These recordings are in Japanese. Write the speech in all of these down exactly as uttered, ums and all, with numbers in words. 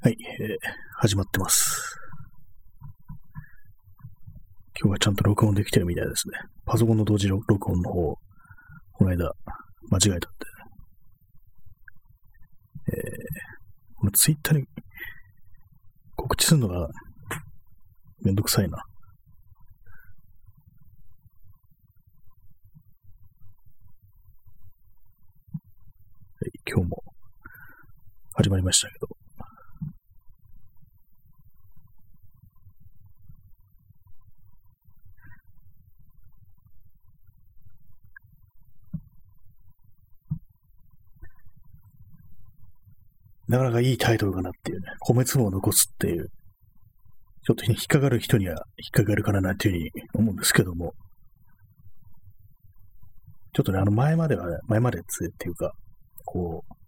はい、えー始まってます。今日はちゃんと録音できてるみたいですね。パソコンの同時録音の方、この間、間違えたって。えー、このツイッターに告知するのがめんどくさいな。はい、今日も始まりましたけど、なかなかいいタイトルかなっていうね、米粒を残すっていう、ちょっと引っかかる人には引っかかるかなっていうふうに思うんですけども、ちょっとね、あの前までは、ね、前までっていうか、こう、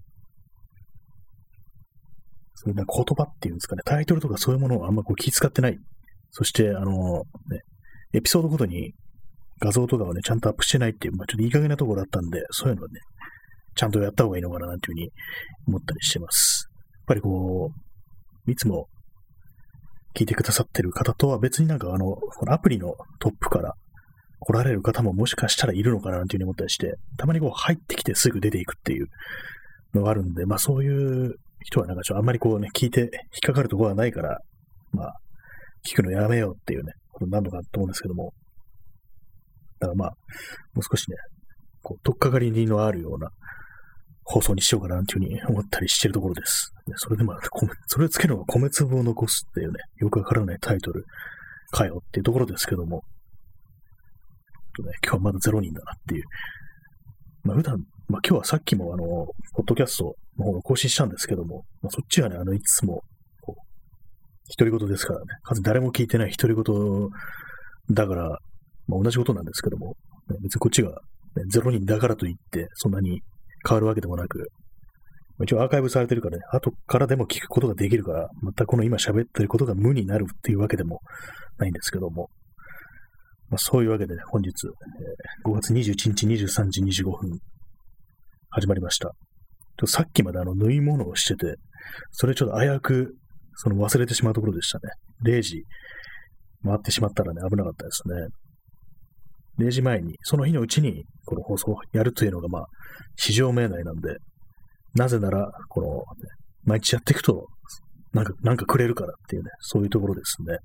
そういうな言葉っていうんですかね、タイトルとかそういうものをあんまこう気遣ってない。そして、あの、ね、エピソードごとに画像とかをね、ちゃんとアップしてないっていう、まあ、ちょっといい加減なところだったんで、そういうのをね、ちゃんとやった方がいいのかななんていうふうに思ったりしてます。やっぱりこう、いつも聞いてくださってる方とは別になんかあの、このアプリのトップから来られる方ももしかしたらいるのかななんていうふうに思ったりして、たまにこう入ってきてすぐ出ていくっていうのがあるんで、まあそういう人はなんかちょっとあんまりこうね、聞いて引っかかるところはないから、まあ、聞くのやめようっていうね、ことになるのかと思うんですけども、だからまあ、もう少しね、こう、とっかかりのあるような放送にしようかなというふうに思ったりしてるところです。でそれでまあ、それをつけるのが米粒を残すっていうね、よくわからないタイトルかよっていうところですけども、とね、今日はまだゼロにんだなっていう。まあ普段、まあ今日はさっきもあの、ポッドキャストの方が更新したんですけども、まあ、そっちはね、あの、いつも、こう、独り言ですからね、数誰も聞いてない独り言だから、まあ同じことなんですけども、ね、別にこっちが、ね、ゼロにんだからといって、そんなに変わるわけでもなく、一応アーカイブされてるからね、後からでも聞くことができるから、またこの今喋ってることが無になるっていうわけでもないんですけども、まあ、そういうわけでね、本日、えー、ごがつにじゅういちにちにじゅうさんじにじゅうごふん、始まりました。ちょっとさっきまであの縫い物をしてて、それちょっと危うくその忘れてしまうところでしたね。れいじ回ってしまったらね、危なかったですね。れいじまえに、その日のうちにこの放送をやるというのがまあ、至上命題なんで、なぜなら、この、ね、毎日やっていくと、なんか、なんかくれるからっていうね、そういうところですね。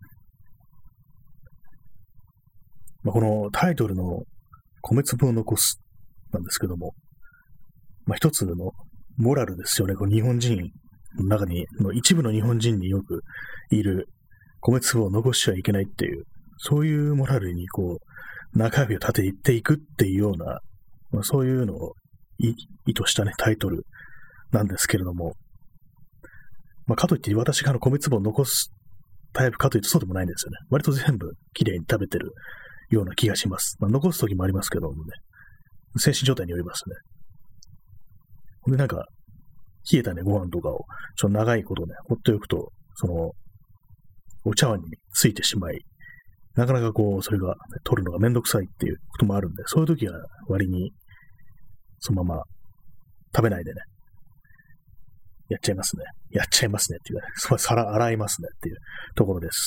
まあ、このタイトルの米粒を残すなんですけども、まあ、一つのモラルですよね。この日本人の中に、の一部の日本人によくいる米粒を残しちゃいけないっていう、そういうモラルにこう、中指を立てていくっていうような、まあ、そういうのを意図したね、タイトルなんですけれども、まあ、かといって私があの米粒を残すタイプかというとそうでもないんですよね。割と全部きれいに食べてるような気がします。まあ、残すときもありますけどもね、精神状態によりますね。で、なんか、冷えたね、ご飯とかを、ちょっと長いことね、ほっておくと、その、お茶碗についてしまい、なかなかこう、それが、ね、取るのがめんどくさいっていうこともあるんで、そういう時は割に、そのまま食べないでね、やっちゃいますね。やっちゃいますねっていうか、ね、皿洗いますねっていうところです。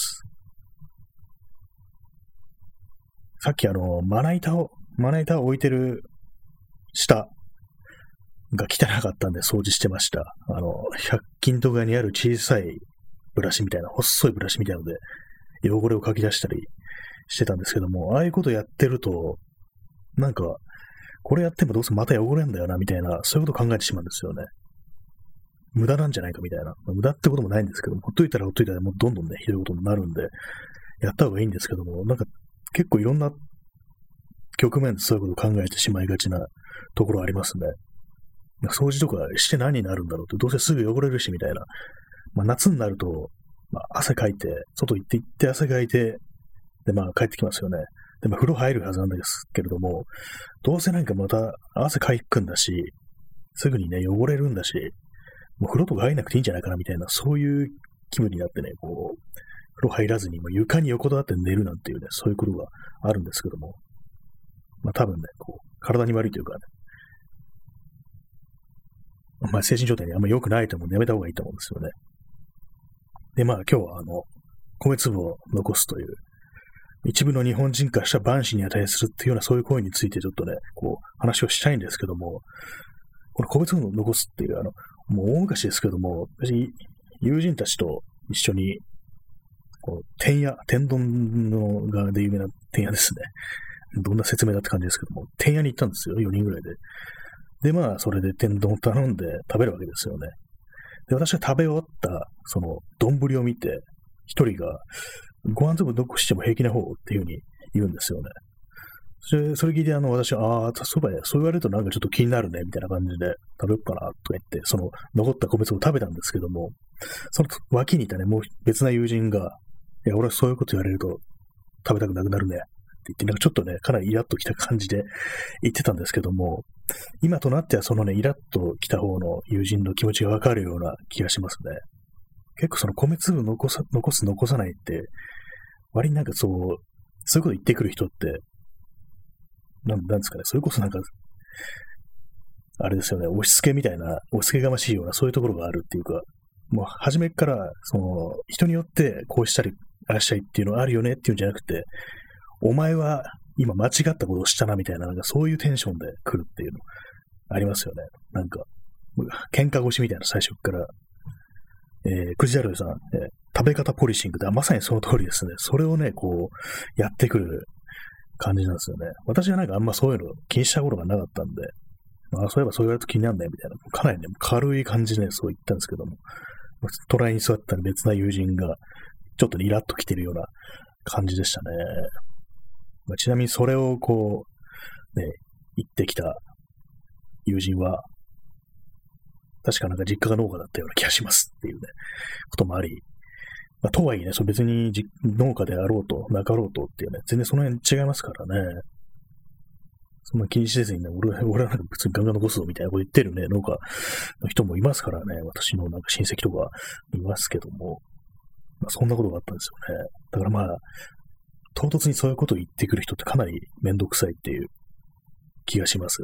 さっきあの、まな板を、まな板を置いてる下が汚かったんで掃除してました。あの、ひゃく均とかにある小さいブラシみたいな、細いブラシみたいなので、汚れをかき出したりしてたんですけども、ああいうことやってると、なんか、これやってもどうせまた汚れんだよな、みたいな、そういうことを考えてしまうんですよね。無駄なんじゃないかみたいな。まあ、無駄ってこともないんですけども、ほっといたらほっといたらもうどんどんね、ひどいことになるんで、やった方がいいんですけども、なんか結構いろんな局面でそういうことを考えてしまいがちなところありますね。掃除とかして何になるんだろうって、どうせすぐ汚れるしみたいな。まあ、夏になると、まあ、汗かいて、外行って行って汗かいて、で、まあ帰ってきますよね。で、まあ風呂入るはずなんですけれども、どうせなんかまた汗かくんだし、すぐにね、汚れるんだし、もう風呂とか入んなくていいんじゃないかなみたいな、そういう気分になってね、こう、風呂入らずに、もう床に横たわって寝るなんていうね、そういうことがあるんですけども、まあ多分ね、こう、体に悪いというかね、まあ精神状態にあんまり良くないと思うんでやめた方がいいと思うんですよね。 で、まあ今日はあの、米粒を残すという、一部の日本人からしたら万死に値するっていうようなそういう行為についてちょっとね、こう話をしたいんですけども、この米粒を残すっていう、あの、もう大昔ですけども、私、友人たちと一緒に、こう、天屋、天丼の側で有名な天屋ですね。どんな説明だって感じですけども、天屋に行ったんですよ、よにんぐらいで。で、まあ、それで天丼を頼んで食べるわけですよね。で、私が食べ終わった、その、丼を見て、一人が、ご飯粒どこしても平気な方っていうふうに言うんですよね。それ、それ聞いて、あの、私は、ああ、そういえば、そう言われるとなんかちょっと気になるね、みたいな感じで、食べようかな、とか言って、その、残った米粒を食べたんですけども、その脇にいたね、もう別な友人が、いや、俺はそういうこと言われると食べたくなくなるね、って言って、なんかちょっとね、かなりイラッときた感じで言ってたんですけども、今となってはそのね、イラッときた方の友人の気持ちがわかるような気がしますね。結構その米粒残さ、残す、残さないって、割になんかそう、そういうこと言ってくる人って、なん、なんですかね、それこそなんか、あれですよね、押し付けみたいな、押し付けがましいような、そういうところがあるっていうか、もう初めから、その、人によってこうしたり、ああしたりっていうのがあるよねっていうんじゃなくて、お前は今間違ったことをしたなみたいな、なんかそういうテンションで来るっていうのありますよね。なんか、喧嘩腰みたいな最初から、えー、クジラルさん、えー、食べ方ポリシングで、まさにその通りですね。それをね、こう、やってくる感じなんですよね。私はなんかあんまそういうの気にしたことがなかったんで、あ、そういえばそう言われると気になるね、みたいな。かなりね、軽い感じで、ね、そう言ったんですけども、隣に座った別な友人が、ちょっとイラッと来てるような感じでしたね。まあ、ちなみにそれをこう、ね、言ってきた友人は、確かなんか実家が農家だったような気がしますっていうね、こともあり、まあ、とはいえね、そう別に農家であろうと、なかろうとっていうね、全然その辺違いますからね。そんな気にせずにね、俺は、俺はなんか普通にガンガン残すぞみたいなこと言ってるね、農家の人もいますからね、私のなんか親戚とかいますけども、まあ、そんなことがあったんですよね。だからまあ、唐突にそういうことを言ってくる人ってかなりめんどくさいっていう気がします。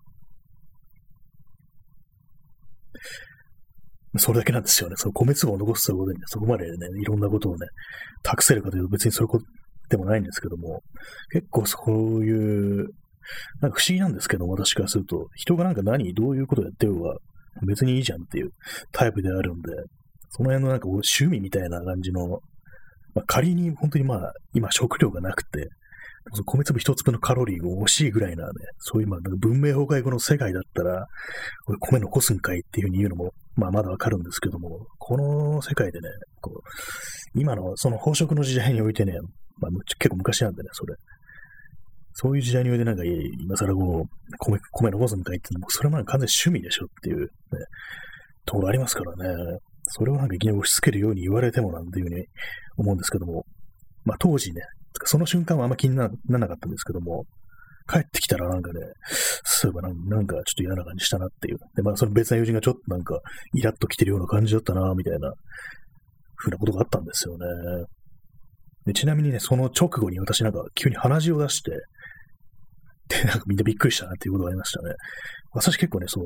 それだけなんですよね。その米粒を残すということに、ね、そこまでね、いろんなことをね、託せるかというと別にそういうことでもないんですけども、結構そういう、なんか不思議なんですけど、私からすると、人がなんか何、どういうことをやってようが、別にいいじゃんっていうタイプであるんで、その辺のなんか趣味みたいな感じの、まあ、仮に本当にまあ、今食料がなくて、米粒一粒のカロリーが惜しいぐらいなね、そういうまあ文明崩壊後の世界だったら、これ米残すんかいっていうふうに言うのも、まあまだわかるんですけども、この世界でね、こう今のその飽食の時代においてね、まあ、結構昔なんでね、それ。そういう時代においてなんか、今更こう、米、米残すんかいっていうのも、それまで完全に趣味でしょっていう、ね、ところありますからね。それをなんかいきなり押し付けるように言われてもなんていうふうに思うんですけども、まあ当時ね、その瞬間はあんま気にならなかったんですけども、帰ってきたらなんかね、そういえばなんかちょっと嫌な感じしたなっていう。で、まあその別な友人がちょっとなんかイラッと来てるような感じだったな、みたいな、ふうなことがあったんですよね。で、ちなみにね、その直後に私なんか急に鼻血を出して、で、なんかみんなびっくりしたなっていうことがありましたね。私結構ね、そう、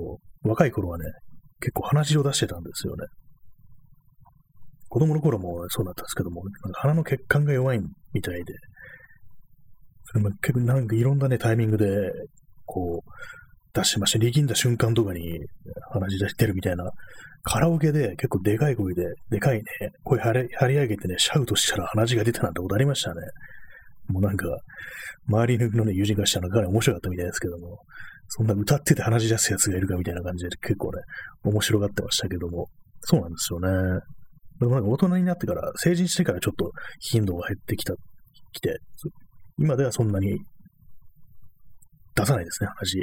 若い頃はね、結構鼻血を出してたんですよね。子供の頃もそうだったんですけども、なんか鼻の血管が弱いみたいで、それも結構なんかいろんなね、タイミングで、こう、出しまして、力んだ瞬間とかに鼻血出してるみたいな、カラオケで結構でかい声で、でかいね、声張り張り上げてね、シャウトしたら鼻血が出たなんてことありましたね。もうなんか、周りのね、友人がしたらかなり面白かったみたいですけども、そんな歌ってて鼻血出すやつがいるかみたいな感じで結構ね、面白がってましたけども、そうなんですよね。でもなんか大人になってから、成人してからちょっと頻度が減ってきた、きて、今ではそんなに出さないですね、話。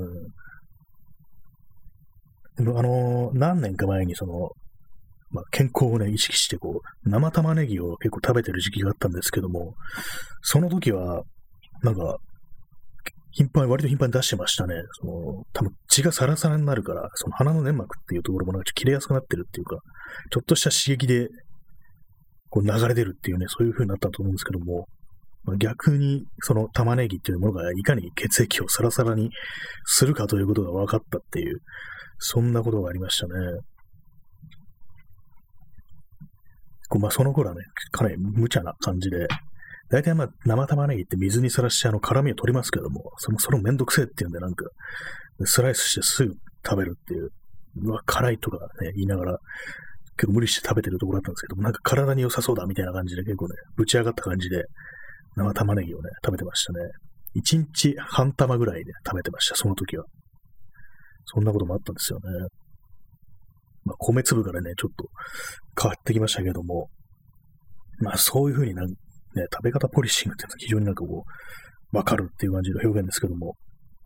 うん。でもあのー、何年か前にその、まあ、健康をね、意識して、こう、生玉ねぎを結構食べてる時期があったんですけども、その時は、なんか、頻繁に、割と頻繁に出してましたね。その、多分血がサラサラになるから、その鼻の粘膜っていうところもなんかちょっと切れやすくなってるっていうか、ちょっとした刺激で、こう流れ出るっていうね、そういう風になったと思うんですけども、まあ、逆に、その玉ねぎっていうものがいかに血液をサラサラにするかということが分かったっていう、そんなことがありましたね。 こうまあその頃はね、かなり無茶な感じで、大体まあ生玉ねぎって水にさらしてあの辛みを取りますけども、その、それもめんどくせえっていうんでなんか、スライスしてすぐ食べるっていう、うわ、辛いとかね、言いながら、結構無理して食べてるところだったんですけども、なんか体に良さそうだみたいな感じで結構ね、ぶち上がった感じで、生玉ねぎをね、食べてましたね。一日半玉ぐらいで食べてました、その時は。そんなこともあったんですよね。まあ、米粒からね、ちょっと変わってきましたけども、まあ、そういう風になん、ね、食べ方ポリシングっていうのは非常になんかこう、わかるっていう感じの表現ですけども、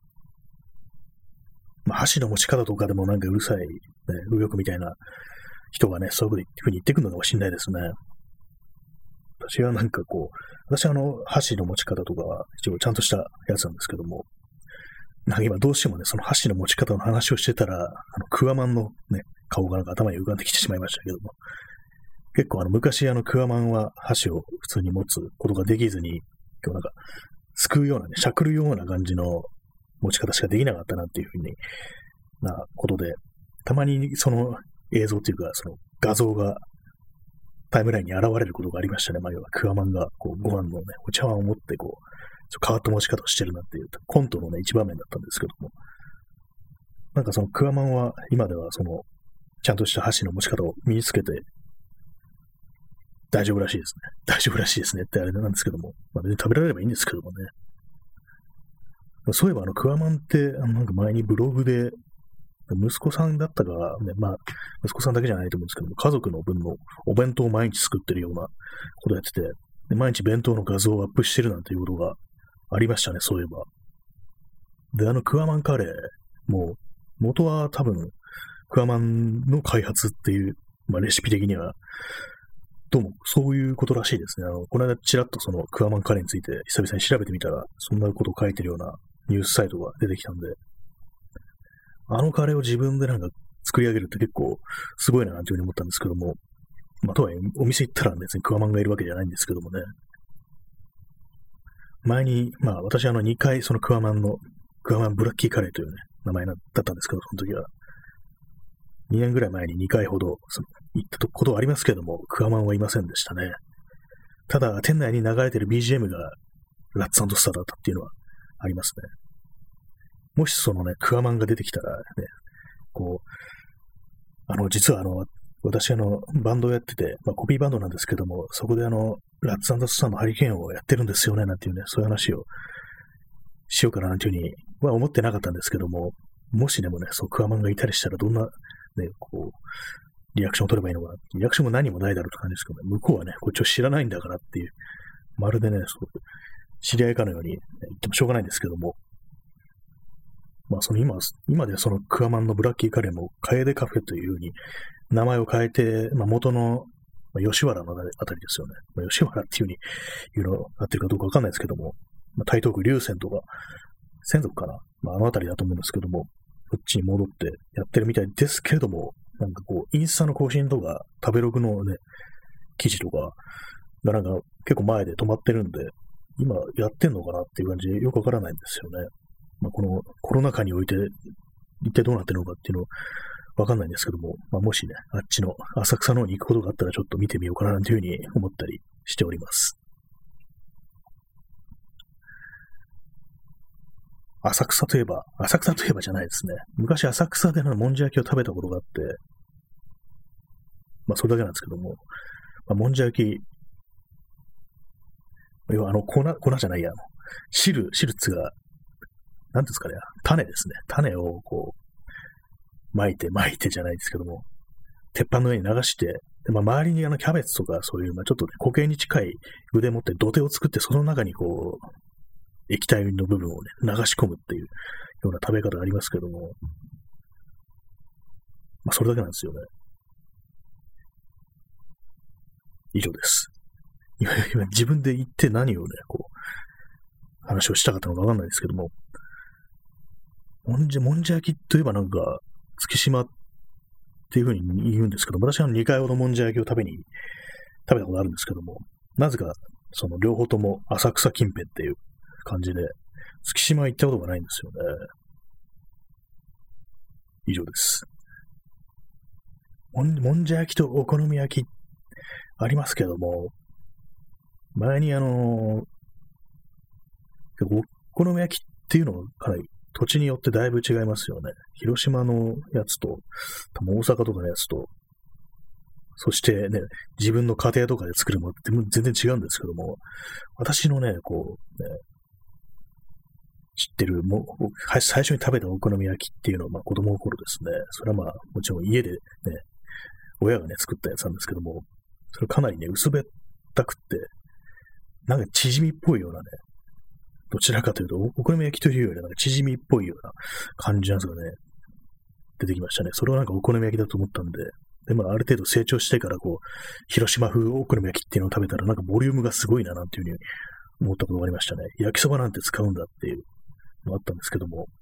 まあ、箸の持ち方とかでもなんかうるさい、ね、右翼みたいな人がね、そういう風に言ってくるのかもしれないですね。私はなんかこう、私はあの、箸の持ち方とかは一応ちゃんとしたやつなんですけども、なんか今どうしてもね、その箸の持ち方の話をしてたら、あの、クワマンのね、顔がなんか頭に浮かんできてしまいましたけども、結構あの、昔あの、クワマンは箸を普通に持つことができずに、今日なんか、すくうようなね、しゃくるような感じの持ち方しかできなかったなっていうふうになことで、たまにその映像っていうか、その画像がタイムラインに現れることがありましたね。まあ、要はクワマンがこうご飯のね、お茶碗を持ってこう、変わった持ち方をしてるなっていうコントのね、一場面だったんですけども、なんかそのクワマンは今ではその、ちゃんとした箸の持ち方を身につけて、大丈夫らしいですね。大丈夫らしいですねってあれなんですけども、まあ、別に食べられればいいんですけどもね。そういえばあのクワマンって、あのなんか前にブログで、息子さんだったか、ね、まあ、息子さんだけじゃないと思うんですけども、家族の分のお弁当を毎日作ってるようなことをやってて、で毎日弁当の画像をアップしてるなんていうことがありましたね、そういえば。で、あのクワマンカレーも、元は多分、クワマンの開発っていう、まあ、レシピ的には、どうも、そういうことらしいですね。あの、この間ちらっとそのクワマンカレーについて久々に調べてみたら、そんなことを書いてるようなニュースサイトが出てきたんで、あのカレーを自分でなんか作り上げるって結構すごいななんていうふうに思ったんですけども、まあ、とはいえ、お店行ったら別にクワマンがいるわけじゃないんですけどもね。前に、まあ私あのにかいそのクワマンの、クワマンブラッキーカレーというね、名前だったんですけど、その時は。にねんぐらい前ににかいほどその行ったことはありますけども、クワマンはいませんでしたね。ただ、店内に流れてる ビージーエム がラッツ&スターだったっていうのはありますね。もしそのね、クワマンが出てきたらね、こう、あの、実はあの、私あの、バンドをやってて、まあコピーバンドなんですけども、そこであの、ラッツ&スターのハリケーンをやってるんですよね、なんていうね、そういう話をしようかな、なんていうふうには思ってなかったんですけども、もしでもね、そう、クワマンがいたりしたら、どんな、ね、こう、リアクションを取ればいいのかな。リアクションも何もないだろうって感じですけどね、向こうはね、こっちを知らないんだからっていう、まるでね、そう、知り合いかのように、ね、言ってもしょうがないんですけども、まあ、その今、今ではそのクワマンのブラッキーカレーも、カエデカフェというふうに名前を変えて、まあ、元の、まあ、吉原のあたりですよね。まあ、吉原っていうふうに言うの合ってるかどうかわかんないですけども、まあ、台東区龍泉とか、泉族かな、まあ、あのあたりだと思うんですけども、こっちに戻ってやってるみたいですけれども、なんかこう、インスタの更新とか、食べログのね、記事とかがなんか結構前で止まってるんで、今やってんのかなっていう感じでよくわからないんですよね。まあ、このコロナ禍において、一体どうなってるのかっていうのわかんないんですけども、まあ、もしね、あっちの浅草の方に行くことがあったらちょっと見てみようかななんていうふうに思ったりしております。浅草といえば、浅草といえばじゃないですね。昔浅草でのもんじゃ焼きを食べたことがあって、まあそれだけなんですけども、まあ、もんじゃ焼き、要はあの粉、粉じゃないや、あの汁、汁っつが、なんですかね、種ですね。種をこう、巻いて巻いてじゃないですけども、鉄板の上に流して、でまあ、周りにあのキャベツとかそういう、まあ、ちょっと、ね、固形に近い腕持って土手を作って、その中にこう、液体の部分をね、流し込むっていうような食べ方がありますけども、まあ、それだけなんですよね。以上です。今、今自分で言って何をね、こう、話をしたかったのかわかんないですけども、もんじゃ、もんじゃ焼きといえばなんか、月島っていう風に言うんですけど、私はにかいほどもんじゃ焼きを食べに、食べたことあるんですけども、なぜか、その両方とも浅草近辺っていう感じで、月島行ったことがないんですよね。以上です。もん、もんじゃ焼きとお好み焼き、 ありますけども、前にあの、お好み焼きっていうのがかなり土地によってだいぶ違いますよね。広島のやつと、多分大阪とかのやつと、そしてね、自分の家庭とかで作るものって全然違うんですけども、私のね、こう、ね、知ってる、もう、最初に食べたお好み焼きっていうのは、まあ子供の頃ですね、それはまあもちろん家でね、親がね、作ったやつなんですけども、それかなりね、薄べったくって、なんか縮みっぽいようなね、どちらかというと、お好み焼きというよりなんか縮みっぽいような感じなんですがね、出てきましたね。それをなんかお好み焼きだと思ったんで、で、まあある程度成長してからこう、広島風お好み焼きっていうのを食べたらなんかボリュームがすごいななんていうふうに思ったことがありましたね。焼きそばなんて使うんだっていうのがあったんですけども、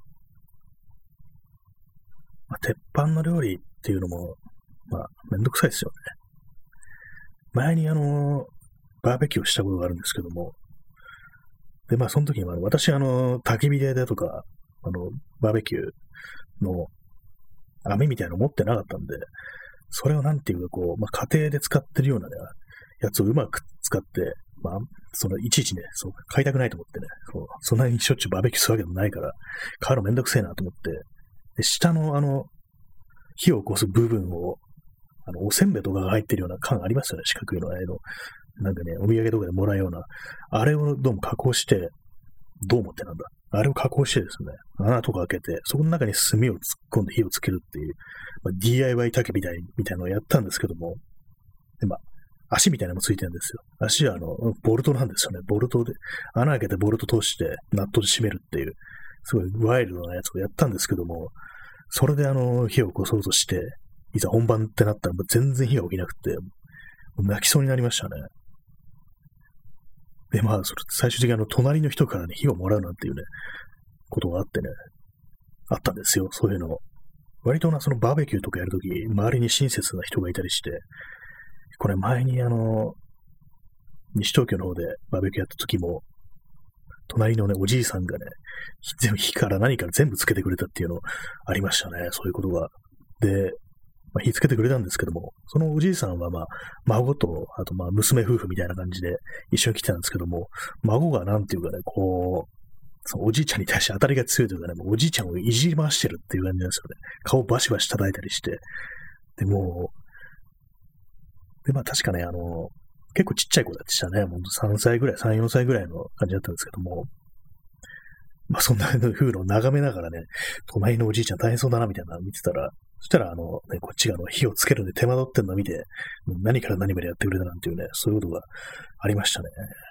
まあ、鉄板の料理っていうのも、まあめんどくさいですよね。前にあの、バーベキューをしたことがあるんですけども、で、まあその時には私あの、焚き火台だとか、あの、バーベキューの網みたいなの持ってなかったんで、それをなんていうかこう、まあ家庭で使ってるようなね、やつをうまく使って、まあ、そのいちいちね、そう、買いたくないと思ってね、そう、そんなにしょっちゅうバーベキューするわけでもないから、買うのめんどくせえなと思って、で、下のあの、火を起こす部分を、あの、おせんべいとかが入ってるような缶ありますよね、四角いの、あれの。なんかね、お土産とかでもらうような、あれをどうも加工して、どう思ってなんだ。あれを加工してですね、穴とか開けて、そこの中に炭を突っ込んで火をつけるっていう、まあ、ディーアイワイ 焚き火みたいみたいなのをやったんですけども、で、まあ、足みたいなのもついてるんですよ。足はあの、ボルトなんですよね。ボルトで、穴開けてボルト通して、ナットで締めるっていう、すごいワイルドなやつをやったんですけども、それであの、火を起こそうとして、いざ本番ってなったら、全然火が起きなくて、泣きそうになりましたね。で、まあ、それ最終的にあの、隣の人からね、火をもらうなんていうね、ことがあってね、あったんですよ、そういうの。割とな、そのバーベキューとかやるとき、周りに親切な人がいたりして、これ前にあの、西東京の方でバーベキューやったときも、隣のね、おじいさんがね、全部火から何から全部つけてくれたっていうのありましたね、そういうことが。で、まあ、火つけてくれたんですけども、そのおじいさんはまあ、孫と、あとまあ、娘夫婦みたいな感じで一緒に来てたんですけども、孫がなんていうかね、こう、そのおじいちゃんに対して当たりが強いというかね、もうおじいちゃんをいじり回してるっていう感じなんですよね。顔バシバシ叩いたりして。で、もう、で、まあ確かね、あの、結構ちっちゃい子でしたね。ほんとさんさいぐらい、さん、よんさいぐらいの感じだったんですけども、まあそんな風のを眺めながらね、隣のおじいちゃん大変そうだなみたいなのを見てたら、そしたらあの、ね、こっちがあの火をつけるんで手間取ってんのを見て、何から何までやってくれたなんていうね、そういうことがありましたね。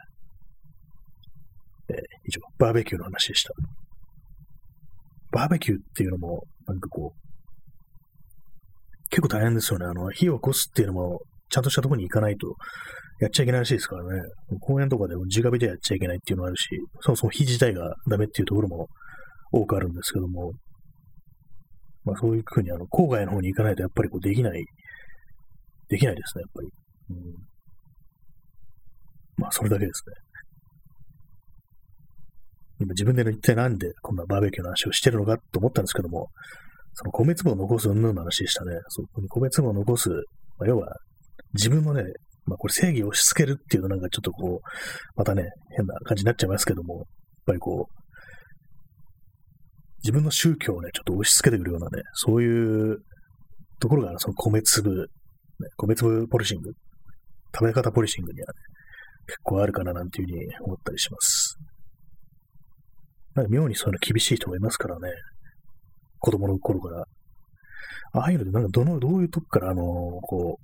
えー、以上、バーベキューの話でした。バーベキューっていうのも、なんかこう、結構大変ですよね。あの、火を起こすっていうのも、ちゃんとしたところに行かないと、やっちゃいけないらしいですからね。公園とかでも直火でやっちゃいけないっていうのがあるし、そもそも火自体がダメっていうところも多くあるんですけども、まあそういうふうにあの郊外の方に行かないとやっぱりこうできない、できないですね、やっぱり。うん、まあそれだけですね。今自分で一体なんでこんなバーベキューの話をしてるのかと思ったんですけども、その米粒を残す云々の話でしたね。そこに米粒を残す、まあ、要は自分のね、まあこれ正義を押し付けるっていうのなんかちょっとこう、またね、変な感じになっちゃいますけども、やっぱりこう、自分の宗教をね、ちょっと押し付けてくるようなね、そういうところが、その米粒、ね、米粒ポリシング、食べ方ポリシングにはね、結構あるかななんていうふうに思ったりします。なんか妙にそういうの厳しい人がいますからね、子供の頃から。ああいうので、なんかどの、どういうとこから、あの、こ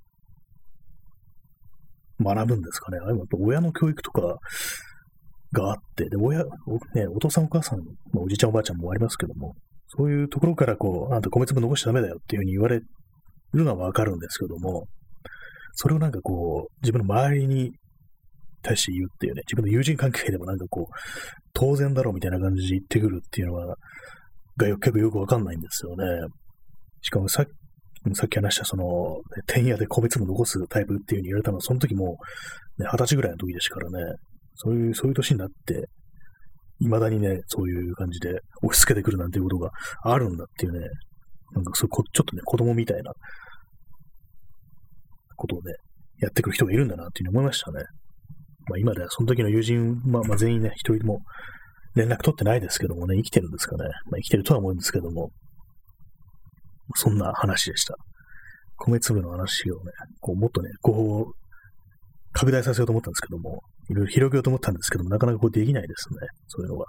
う、学ぶんですかね。ああいうのって親の教育とかがあって、で、親、ね、お父さんお母さん、まあ、おじいちゃんおばあちゃんもありますけども、そういうところからこう、あんた米粒残しちゃダメだよっていうふうに言われるのはわかるんですけども、それをなんかこう、自分の周りに対して言うっていうね、自分の友人関係でもなんかこう、当然だろうみたいな感じで言ってくるっていうのは、が結構よくわかんないんですよね。しかもさっき、さっき話したその、ね、天野で米粒残すタイプっていう風に言われたのは、その時も、ね、二十歳ぐらいの時ですからね、そういう、そういう年になって、未だにね、そういう感じで押し付けてくるなんていうことがあるんだっていうね、なんかそういうこ、ちょっとね、子供みたいなことをね、 やってくる人がいるんだなっていうふうに思いましたね。まあ今ではその時の友人、まあ、まあ全員ね、一人も連絡取ってないですけどもね、生きてるんですかね。まあ生きてるとは思うんですけども、そんな話でした。米粒の話をね、こうもっとね、こう、拡大させようと思ったんですけども、いろいろ広げようと思ったんですけども、なかなかこうできないですね。そういうのが。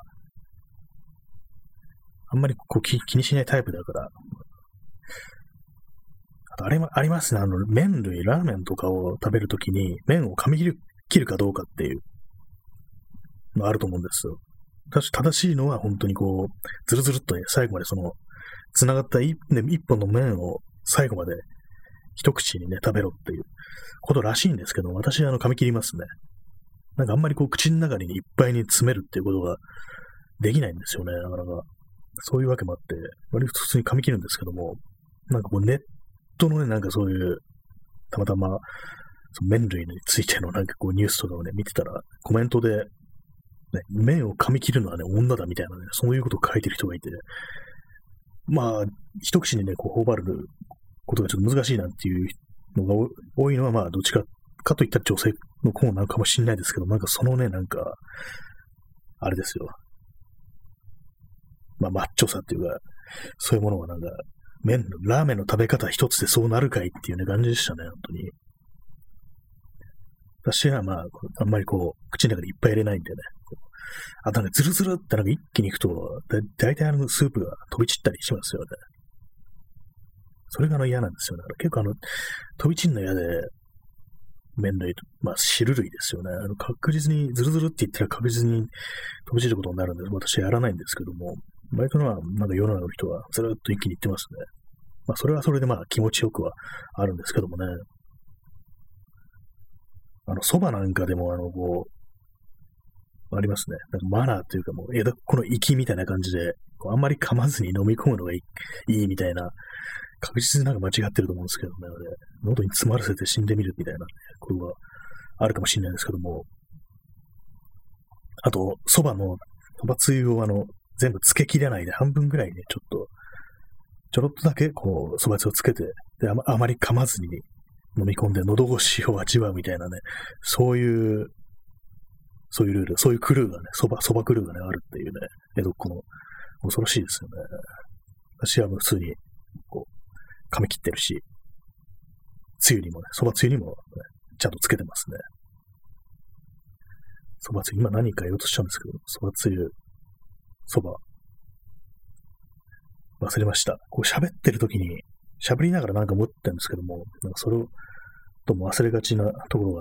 あんまりこう気気にしないタイプだから。あとあれもありますね。あの、麺類、ラーメンとかを食べるときに、麺を噛み切る、切るかどうかっていうのあると思うんですよ。正しいのは本当にこう、ずるずるっとね、最後までその、繋がった一、ね、一本の麺を最後まで一口にね、食べろっていうことらしいんですけど、私はあの、噛み切りますね。なんかあんまりこう、口の中にいっぱいに詰めるっていうことができないんですよね、なかなか。そういうわけもあって、割と普通に噛み切るんですけども、なんかこう、ネットのね、なんかそういう、たまたま、その麺類についてのなんかこう、ニュースとかをね、見てたら、コメントで、ね、麺を噛み切るのはね、女だみたいなね、そういうことを書いてる人がいて、まあ、一口にね、こう、頬張ることがちょっと難しいなっていうのが多いのは、まあ、どっちか、かといったら女性の方なのかもしれないですけど、なんかそのね、なんか、あれですよ。まあ、マッチョさっていうか、そういうものがなんか、麺、ラーメンの食べ方一つでそうなるかいっていうね、感じでしたね、本当に。私はまあ、あんまりこう、口の中でいっぱい入れないんでね。あとね、ズルズルってなんか一気にいくと、だ、だいたいあのスープが飛び散ったりしますよね。それがあの嫌なんですよね。結構あの、飛び散るの嫌で、麺類、まあ汁類ですよね。あの確実に、ズルズルって言ったら確実に飛び散ることになるんで、私はやらないんですけども、割とのは、なんか世の中の人はずるっと一気にいってますね。まあそれはそれでまあ気持ちよくはあるんですけどもね。あの、蕎麦なんかでもあの、こう、ありますね。なんかマナーというかもう、枝っこの息みたいな感じで、こうあんまり噛まずに飲み込むのがいい、いいみたいな、確実になんか間違ってると思うんですけどね。喉に詰まらせて死んでみるみたいな、ね、ことがあるかもしれないですけども。あと、蕎麦の、蕎麦つゆをあの、全部つけきれないで半分ぐらいね、ちょっと、ちょろっとだけこう、蕎麦つゆをつけて、であま、あまり噛まずに飲み込んで喉越しを味わうみたいなね、そういう、そういうルール、そういうクルーがね、蕎麦、蕎麦クルーがね、あるっていうね、江戸っ子の、恐ろしいですよね。私はもう普通に、こう、噛み切ってるし、つゆにもね、蕎麦つゆにも、ね、ちゃんとつけてますね。蕎麦つゆ、今何か言おうとしちゃうんですけど、蕎麦つゆ、蕎麦、忘れました。こう喋ってる時に、喋りながらなんか思ってるんですけども、なんかそれを、とも忘れがちなところがあって、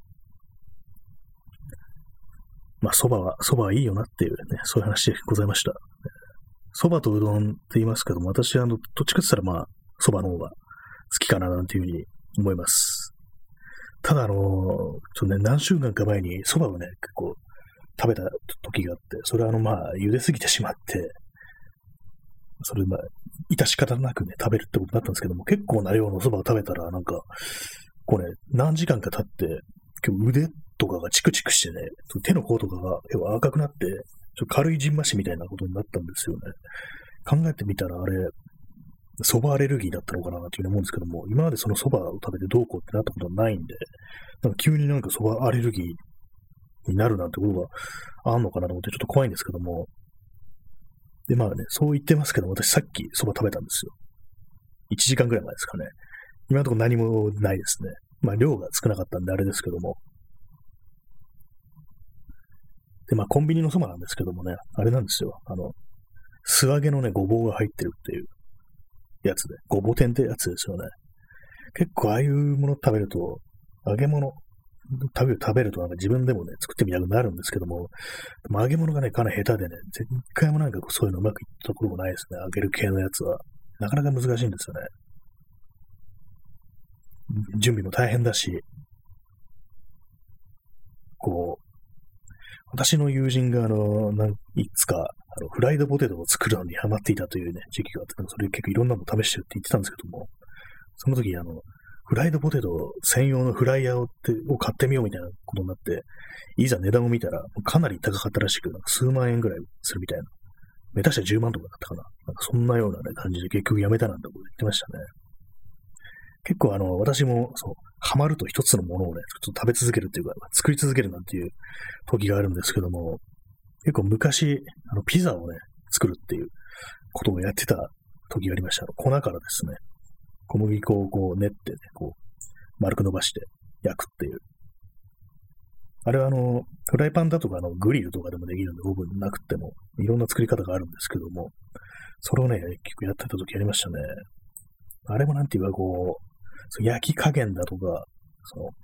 まあ蕎麦は、蕎麦はいいよなっていうね、そういう話でございました。蕎麦とうどんって言いますけども、私はあの、どっちかって言ったらまあ、蕎麦の方が好きかななんていうふうに思います。ただあの、ちょっとね、何週間か前に蕎麦をね、結構食べた時があって、それはあのまあ、茹ですぎてしまって、それまあ、致し方なくね、食べるってことになったんですけども、結構な量の蕎麦を食べたら、なんか、こうね、何時間か経って、今日腕とかがチクチクしてね、手の甲とかが結構赤くなって、ちょっと軽いジンマシみたいなことになったんですよね。考えてみたら、あれ、蕎麦アレルギーだったのかなっていうふうに思うんですけども、今までその蕎麦を食べてどうこうってなったことはないんで、なんか急になんか蕎麦アレルギーになるなんてことがあんのかなと思ってちょっと怖いんですけども、で、まあね、そう言ってますけど、私さっき蕎麦食べたんですよ。いちじかんぐらい前ですかね。今のところ何もないですね。まあ量が少なかったんであれですけども。で、まあコンビニの蕎麦なんですけどもね、あれなんですよ。あの、素揚げのね、ごぼうが入ってるっていうやつで、ごぼ天ってやつですよね。結構ああいうもの食べると、揚げ物、食べる、食べるとなんか自分でもね、作ってみたくなるんですけども、でも揚げ物がね、かなり下手でね、一回もなんかそういうのうまくいったところがないですね。揚げる系のやつは。なかなか難しいんですよね。準備も大変だし、こう、私の友人があの、なんいつか、あのフライドポテトを作るのにハマっていたというね、時期があって、それ結構いろんなの試してるって言ってたんですけども、その時あの、フライドポテト専用のフライヤーをってを買ってみようみたいなことになって、いざ値段を見たら、かなり高かったらしく、なんか数万円ぐらいするみたいな。めたしたらじゅうまんとかだったかな。なんかそんなような、ね、感じで結局やめたなんてこと言ってましたね。結構あの、私も、そう、 ハマると一つのものをね、ちょっと食べ続けるっていうか、作り続けるなんていう時があるんですけども、結構昔、あの、ピザをね、作るっていうことをやってた時がありました。あの粉からですね、小麦粉をこう練ってね、こう、丸く伸ばして焼くっていう。あれはあの、フライパンだとかあのグリルとかでもできるんで、オーブンなくても、いろんな作り方があるんですけども、それをね、結構やってた時ありましたね。あれもなんていうかこう、その焼き加減だとか、その、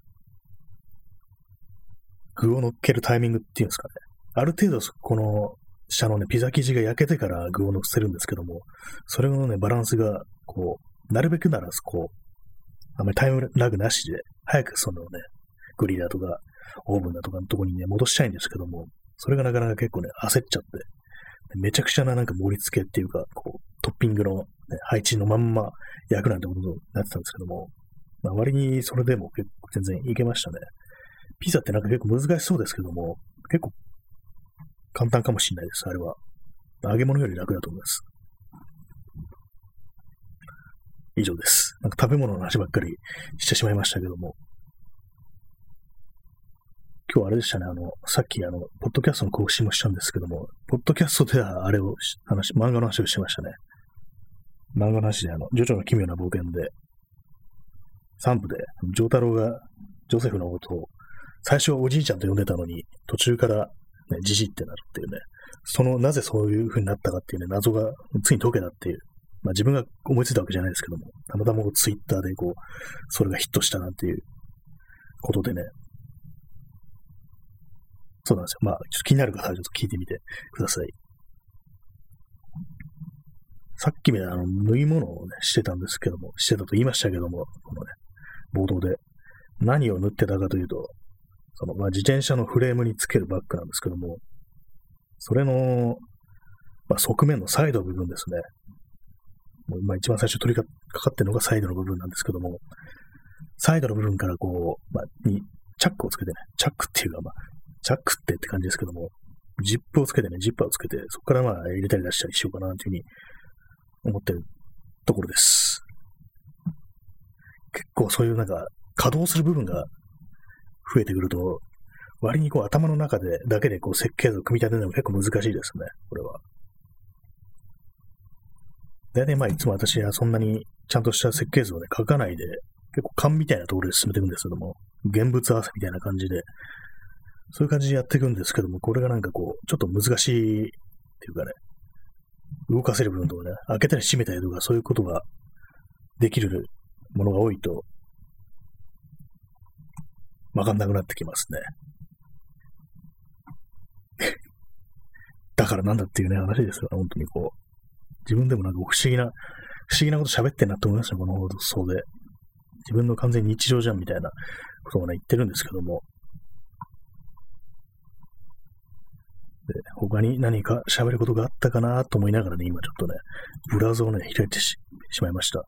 具を乗っけるタイミングっていうんですかね。ある程度、この、下のね、ピザ生地が焼けてから具を乗せるんですけども、それのね、バランスが、こう、なるべくなら、こう、あまりタイムラグなしで、早くそのね、グリルだとか、オーブンだとかのところにね、戻したいんですけども、それがなかなか結構ね、焦っちゃって、めちゃくちゃななんか盛り付けっていうか、こう、トッピングの、ね、配置のまんま焼くなんてことになってたんですけども、まあ、割にそれでも結構全然いけましたね。ピザってなんか結構難しそうですけども、結構簡単かもしれないです、あれは。揚げ物より楽だと思います。以上です。なんか食べ物の話ばっかりしてしまいましたけども。今日あれでしたね、あの、さっきあの、ポッドキャストの更新もしたんですけども、ポッドキャストではあれを話、漫画の話をしてましたね。漫画の話であの、ジョジョの奇妙な冒険で、さん部で、ジョータロがジョセフのことを、最初はおじいちゃんと呼んでたのに、途中から、ね、じじってなるっていうね、その、なぜそういう風になったかっていうね、謎がついに解けたっていう、まあ自分が思いついたわけじゃないですけども、たまたまツイッターでこう、それがヒットしたなんていうことでね、そうなんですよ。まあ、ちょっと気になる方はちょっと聞いてみてください。さっきみたいなあの、縫い物をね、してたんですけども、してたと言いましたけども、このね、冒頭で何を縫ってたかというと、その、まあ、自転車のフレームにつけるバッグなんですけども、それの、まあ、側面のサイド部分ですね。もうまあ、一番最初取りかかってるのがサイドの部分なんですけども、サイドの部分からこう、まあ、に、チャックをつけてね、チャックっていうか、まあ、チャックってって感じですけども、ジップをつけてね、ジッパーをつけて、そこからまあ入れたり出したりしようかなというふうに思ってるところです。結構そういうなんか稼働する部分が増えてくると、割にこう頭の中でだけでこう設計図を組み立てるのが結構難しいですね、これは。大体まあいつも私はそんなにちゃんとした設計図をね、書かないで、結構勘みたいなところで進めていくんですけども、現物合わせみたいな感じで、そういう感じでやっていくんですけども、これがなんかこう、ちょっと難しいっていうかね、動かせる部分とかね、開けたり閉めたりとか、そういうことができるものが多いと、わかんなくなってきますね。だからなんだっていうね、話ですよ、本当にこう。自分でもなんか不思議な、不思議なこと喋ってんなって思いましたね、この放送で。自分の完全に日常じゃんみたいなことをね、言ってるんですけども。で、他に何か喋ることがあったかなと思いながらね、今ちょっとね、ブラウザをね、開いて し, しまいました。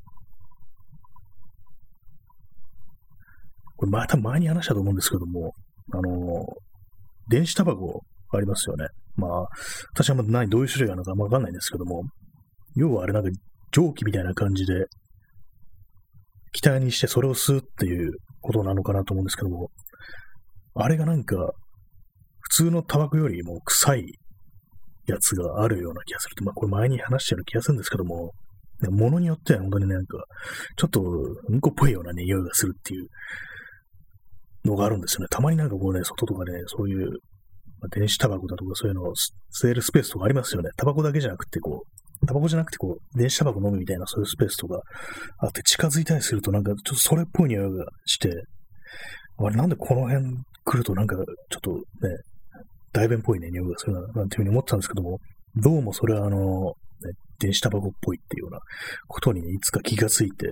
これまた前に話したと思うんですけども、あのー、電子タバコありますよね。まあ、私はまだ何、どういう種類があるのかわかんないんですけども、要はあれなんか蒸気みたいな感じで、気体にしてそれを吸うっていうことなのかなと思うんですけども、あれがなんか、普通のタバコよりも臭いやつがあるような気がすると、まあこれ前に話したような気がするんですけども、物によっては本当になんか、ちょっとうんこっぽいような、ね、匂いがするっていうのがあるんですよね。たまになんかこうね、外とかで、ね、そういう、まあ、電子タバコだとかそういうのを吸えるスペースとかありますよね。タバコだけじゃなくてこう、タバコじゃなくてこう、電子タバコ飲むみたいなそういうスペースとかあって近づいたりするとなんかちょっとそれっぽい匂いがして、あれなんでこの辺来るとなんかちょっとね、大便っぽいね、匂いがするな、なんていうふうに思ってたんですけども、どうもそれはあの、ね、電子タバコっぽいっていうようなことにね、いつか気がついて、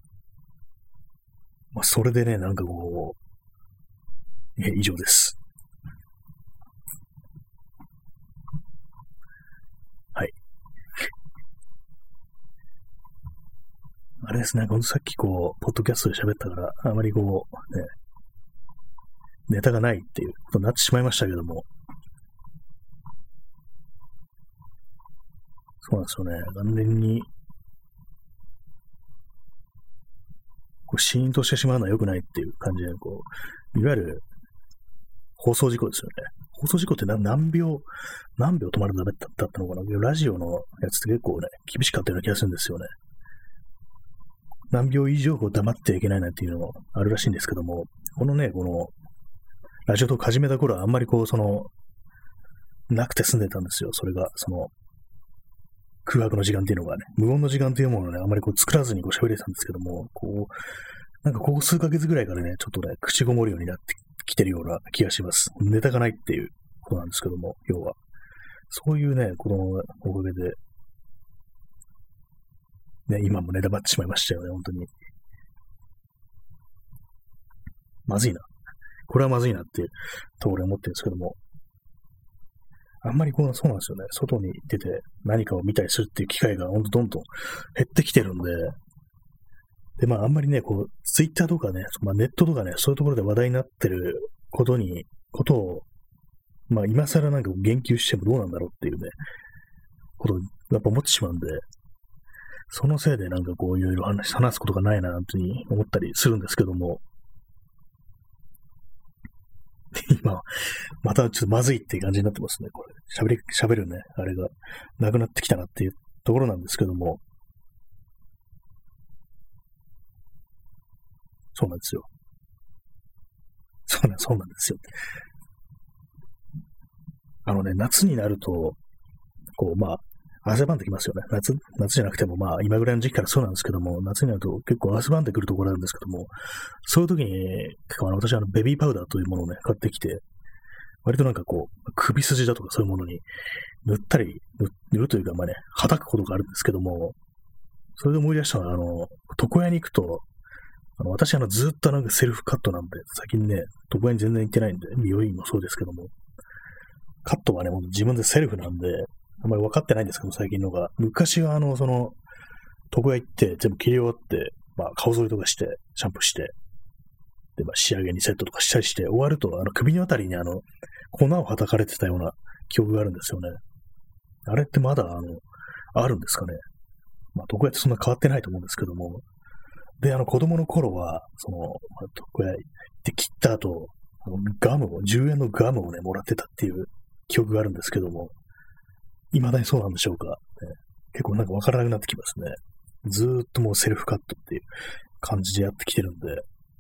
まあそれでね、なんかこう、え、以上です。はい。あれですね、ほんとさっきこう、ポッドキャストで喋ったから、あまりこう、ね、ネタがないっていうことになってしまいましたけども、そうなんですよね。完全に、 うシーンとしてしまうのは良くないっていう感じで、こう、いわゆる放送事故ですよね。放送事故って何何秒、何秒止まるのダメだったのかな。ラジオのやつって結構ね、厳しかったような気がするんですよね。何秒以上こう黙ってはいけないなんていうのもあるらしいんですけども、このね、この、ラジオトーク始めた頃はあんまりこう、その、なくて済んでたんですよ。それが、その、空白の時間っていうのがね、無音の時間というものをね、あんまりこう作らずにこう喋れてたんですけども、こう、なんかここ数ヶ月ぐらいからね、ちょっとね、口ごもるようになってきてるような気がします。ネタがないっていうことなんですけども、要は。そういうね、このおかげで、ね、今もね、黙ってしまいましたよね、本当に。まずいな。これはまずいなっていうところで思ってるんですけども、あんまりこう、そうなんですよね。外に出て何かを見たりするっていう機会がほんとどんどん減ってきてるんで、で、まああんまりね、こう、ツイッターとかね、まあネットとかね、そういうところで話題になってることに、ことを、まあ今更なんか言及してもどうなんだろうっていうね、ことをやっぱ思ってしまうんで、そのせいでなんかこういろいろ話、話すことがないな、なんてに思ったりするんですけども、今、またちょっとまずいっていう感じになってますね。これ、喋り、喋るね、あれがなくなってきたなっていうところなんですけども、そうなんですよ。そうなん、そうなんですよ。あのね、夏になると、こう、まあ、汗ばんできますよね。夏、夏じゃなくても、まあ、今ぐらいの時期からそうなんですけども、夏になると結構汗ばんでくるところあるんですけども、そういう時に、結構あの私はあのベビーパウダーというものをね、買ってきて、割となんかこう、首筋だとかそういうものに塗ったり、塗るというか、まあね、はたくことがあるんですけども、それで思い出したのは、あの、床屋に行くと、あの私あのずっとなんかセルフカットなんで、最近ね、床屋に全然行ってないんで、美容院もそうですけども、カットはね、もう自分でセルフなんで、あんまり分かってないんですけど、最近のが。昔は、あの、その、床屋行って、全部切り終わって、まあ、顔剃りとかして、シャンプーして、で、まあ、仕上げにセットとかしたりして、終わると、あの、首のあたりに、あの、粉をはたかれてたような記憶があるんですよね。あれってまだ、あの、あるんですかね。まあ、床屋ってそんな変わってないと思うんですけども。で、あの、子供の頃は、その、まあ、床屋行って切った後、あのガムを、じゅうえんのガムをね、もらってたっていう記憶があるんですけども、未だにそうなんでしょうか。ね、結構なんかわからなくなってきますね。ずーっともうセルフカットっていう感じでやってきてるんで、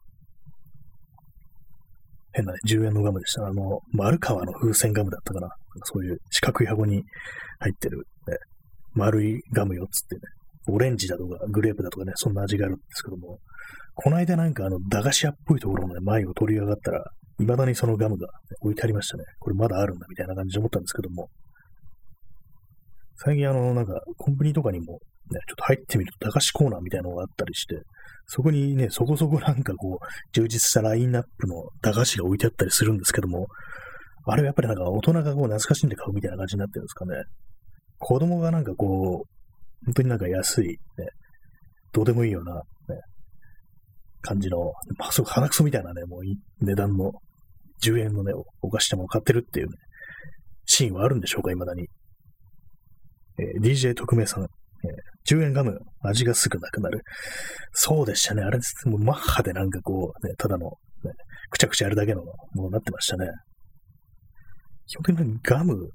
変なね、じゅうえんのガムでした。あの、丸川の風船ガムだったかな。そういう四角い箱に入ってる、ね、丸いガムよっつってね、オレンジだとかグレープだとかね、そんな味があるんですけども、この間なんかあの、駄菓子屋っぽいところのね、前を取り上がったら、未だにそのガムが、ね、置いてありましたね。これまだあるんだみたいな感じで思ったんですけども、最近あの、なんか、コンビニとかにもね、ちょっと入ってみると駄菓子コーナーみたいなのがあったりして、そこにね、そこそこなんかこう、充実したラインナップの駄菓子が置いてあったりするんですけども、あれはやっぱりなんか大人がこう懐かしんで買うみたいな感じになってるんですかね。子供がなんかこう、本当になんか安い、ね、どうでもいいような、ね、感じの、まあ、すごく鼻くそみたいなね、もう値段のじゅうえんのね、お菓子でも買ってるっていうね、シーンはあるんでしょうか、未だに。えー、ディージェー 特命さん、えー、じゅうえんガム、味がすぐなくなる。そうでしたね。あれです。もうマッハでなんかこう、ね、ただの、ね、くちゃくちゃやるだけのものになってましたね。基本的にガム、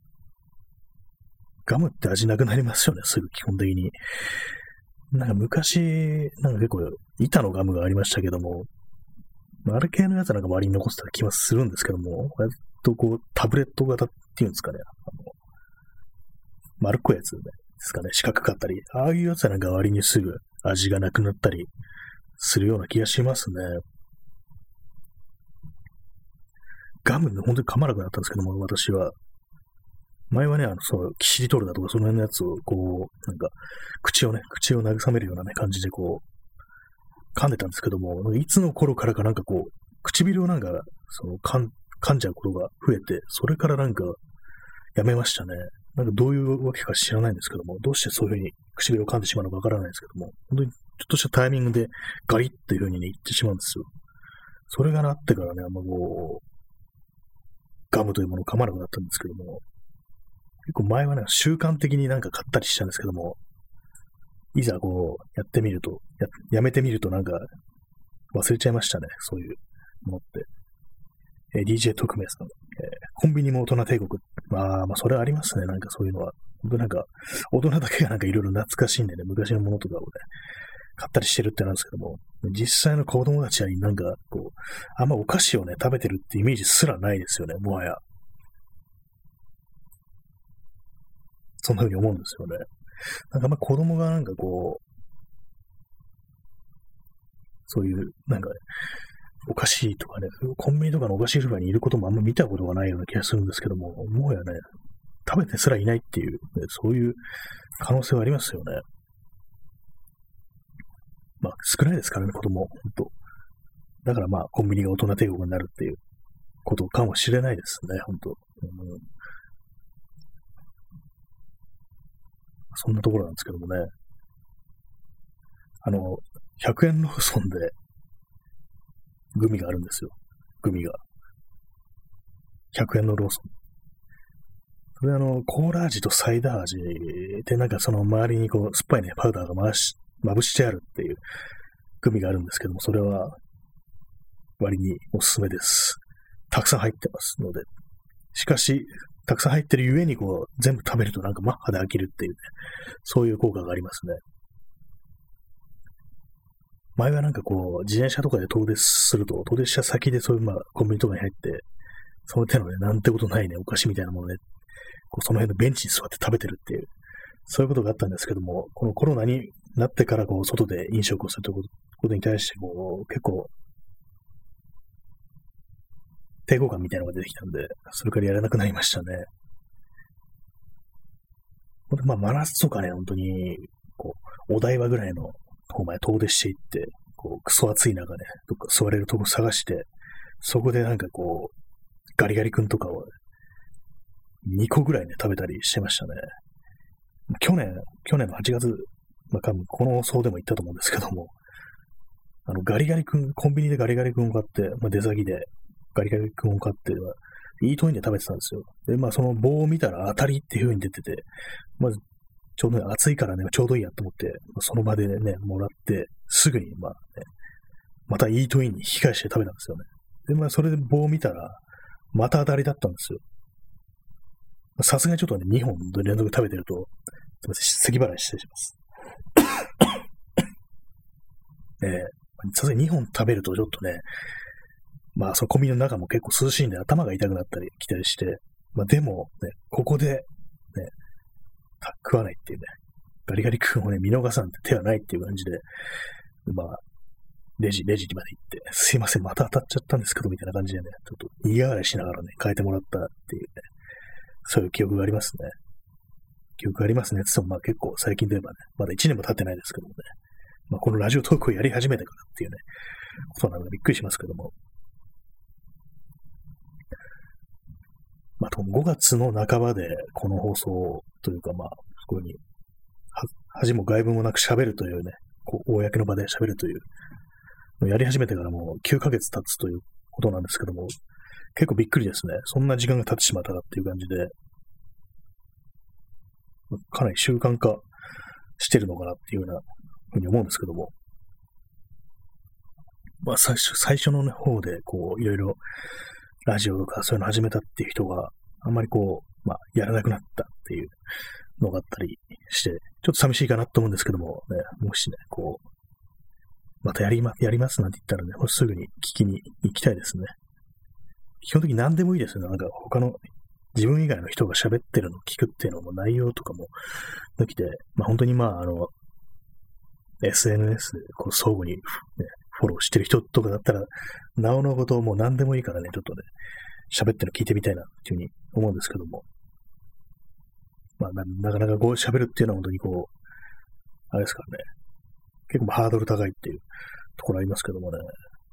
ガムって味なくなりますよね、すぐ基本的に。なんか昔、なんか結構板のガムがありましたけども、あれ系のやつなんか周りに残ってた気はするんですけども、割とこうタブレット型っていうんですかね。あの丸っこいやつですかね、四角かったり、ああいうやつはなんか割にすぐ味がなくなったりするような気がしますね。ガムで本当に噛まなくなったんですけども、私は。前はね、あの、そう、キシリトールだとか、その辺のやつを、こう、なんか、口をね、口を慰めるようなね、感じでこう、噛んでたんですけども、いつの頃からかなんかこう、唇をなんか、その、噛ん、噛んじゃうことが増えて、それからなんか、やめましたね。なんかどういうわけか知らないんですけども、どうしてそういうふうに唇を噛んでしまうのかわからないんですけども、本当にちょっとしたタイミングでガリッっていうふうにね、言ってしまうんですよ。それがなってからね、あんまこう、ガムというものを噛まなくなったんですけども、結構前はね、習慣的になんか買ったりしたんですけども、いざこう、やってみると、や、やめてみるとなんか、 忘れちゃいましたね。そういうものって。えー、ディージェー 特命さん、えー。コンビニも大人帝国。まあ、まあ、それはありますね。なんかそういうのは。本当なんか、大人だけがなんかいろいろ懐かしいんでね、昔のものとかをね、買ったりしてるってなんですけども、実際の子供たちはなんか、こう、あんまお菓子をね、食べてるってイメージすらないですよね、もはや。そんな風に思うんですよね。なんかまあ子供がなんかこう、そういう、なんか、ね、お菓子とかね、コンビニとかのお菓子売り場にいることもあんま見たことがないような気がするんですけども、もはやね、食べてすらいないっていう、ね、そういう可能性はありますよね。まあ少ないですからね、子供、ほんと。だからまあコンビニが大人帝国になるっていうことかもしれないですね、ほんと。うん、そんなところなんですけどもね。あの、ひゃくえんローソンでグミがあるんですよ。グミが。ひゃくえんのローソン。それあの、コーラ味とサイダー味で、なんかその周りにこう、酸っぱいね、パウダーが回し、まぶしてあるっていうグミがあるんですけども、それは割におすすめです。たくさん入ってますので。しかし、たくさん入ってるゆえにこう、全部食べるとなんかマッハで飽きるっていうね、そういう効果がありますね。前はなんかこう、自転車とかで遠出すると、遠出した先でそういうまあ、コンビニとかに入って、その手のね、なんてことないね、お菓子みたいなものね、こうその辺のベンチに座って食べてるっていう、そういうことがあったんですけども、このコロナになってからこう、外で飲食をするということに対して、こう、結構、抵抗感みたいなのが出てきたんで、それからやらなくなりましたね。ほんとまあ、真夏とかね、本当に、こう、お台場ぐらいの方まで遠出していって、こう、クソ暑い中ね、どっか座れるとこ探して、そこでなんかこう、ガリガリ君とかをにこぐらいね、食べたりしてましたね。去年、去年のはちがつ、まあ、多分この放送でも言ったと思うんですけども、あの、ガリガリ君、コンビニでガリガリ君を買って、まあ、出先でガリガリ君を買って、イートインで食べてたんですよ。で、まあ、その棒を見たら当たりっていう風に出てて、まず、ちょうどね、暑いからね、ちょうどいいやと思って、その場でね、もらって、すぐに、まあね、またイートインに引き返して食べたんですよね。で、まあ、それで棒を見たら、また当たりだったんですよ。さすがにちょっとね、にほん連続食べてると、すみません、咳払いしてします。えー、さすがににほん食べるとちょっとね、まあ、そのコンビニの中も結構涼しいんで頭が痛くなったり来たりして、まあでも、ね、ここで、ね、食わないっていうね、ガリガリ君をね、見逃さんって手はないっていう感じで、まあ、レジ、レジまで行って、すいません、また当たっちゃったんですけど、みたいな感じでね、ちょっと苦笑いしながらね、変えてもらったっていうね、そういう記憶がありますね。記憶がありますね。つってもまあ結構最近といえばね、まだいちねんも経ってないですけどもね、まあこのラジオトークをやり始めてからっていうね、ことなのでびっくりしますけども、まあ、ごがつの半ばでこの放送というか、まあ、こういうふうに、恥も外部もなく喋るというね、こう公の場で喋るという、やり始めてからもうきゅうかげつ経つということなんですけども、結構びっくりですね。そんな時間が経ってしまったかっていう感じで、かなり習慣化してるのかなっていうようなふうに思うんですけども、まあ、最初、最初の、ね、方で、こう、いろいろ、ラジオとかそういうの始めたっていう人があんまりこう、まあ、やらなくなったっていうのがあったりして、ちょっと寂しいかなと思うんですけども、ね、もしね、こう、またやりま、やりますなんて言ったらね、もうすぐに聞きに行きたいですね。基本的に何でもいいですよね。なんか他の自分以外の人が喋ってるのを聞くっていうのも内容とかもできて、まあ本当にまああの、エスエヌエス でこう相互に、ね、フォローしてる人とかだったら、なおのことをもう何でもいいからね、ちょっとね、喋ってるの聞いてみたいなっていうふうに思うんですけども。まあな、なかなかこう喋るっていうのは本当にこう、あれですからね、結構ハードル高いっていうところありますけどもね。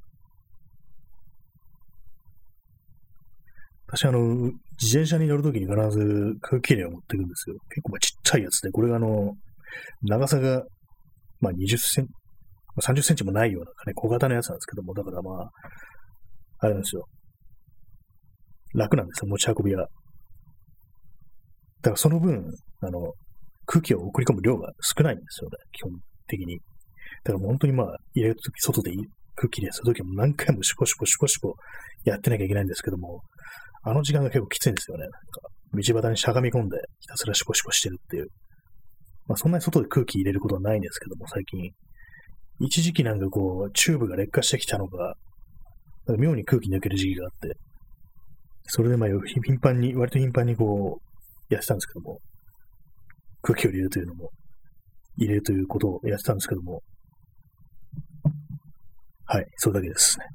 私あの、自転車に乗るときに必ず空気入れを持っていくんですよ。結構まあちっちゃいやつで、これがあの、長さが、まあにじゅっセンチ、さんじゅっセンチもないような、ね、小型のやつなんですけども、だからまあ、あれなんですよ。楽なんですよ、持ち運びが。だからその分、あの、空気を送り込む量が少ないんですよね、基本的に。だから本当にまあ、入れるとき外で空気入れするときも何回もシュポシュポシュポシュポやってなきゃいけないんですけども、あの時間が結構きついんですよね。なんか道端にしゃがみ込んでひたすらシュポシュポしてるっていう。まあそんなに外で空気入れることはないんですけども、最近。一時期なんかこう、チューブが劣化してきたのが、なんか妙に空気抜ける時期があって、それでまあ頻繁に、割と頻繁にこう、やってたんですけども、空気を入れるというのも、入れるということをやってたんですけども、はい、それだけですね。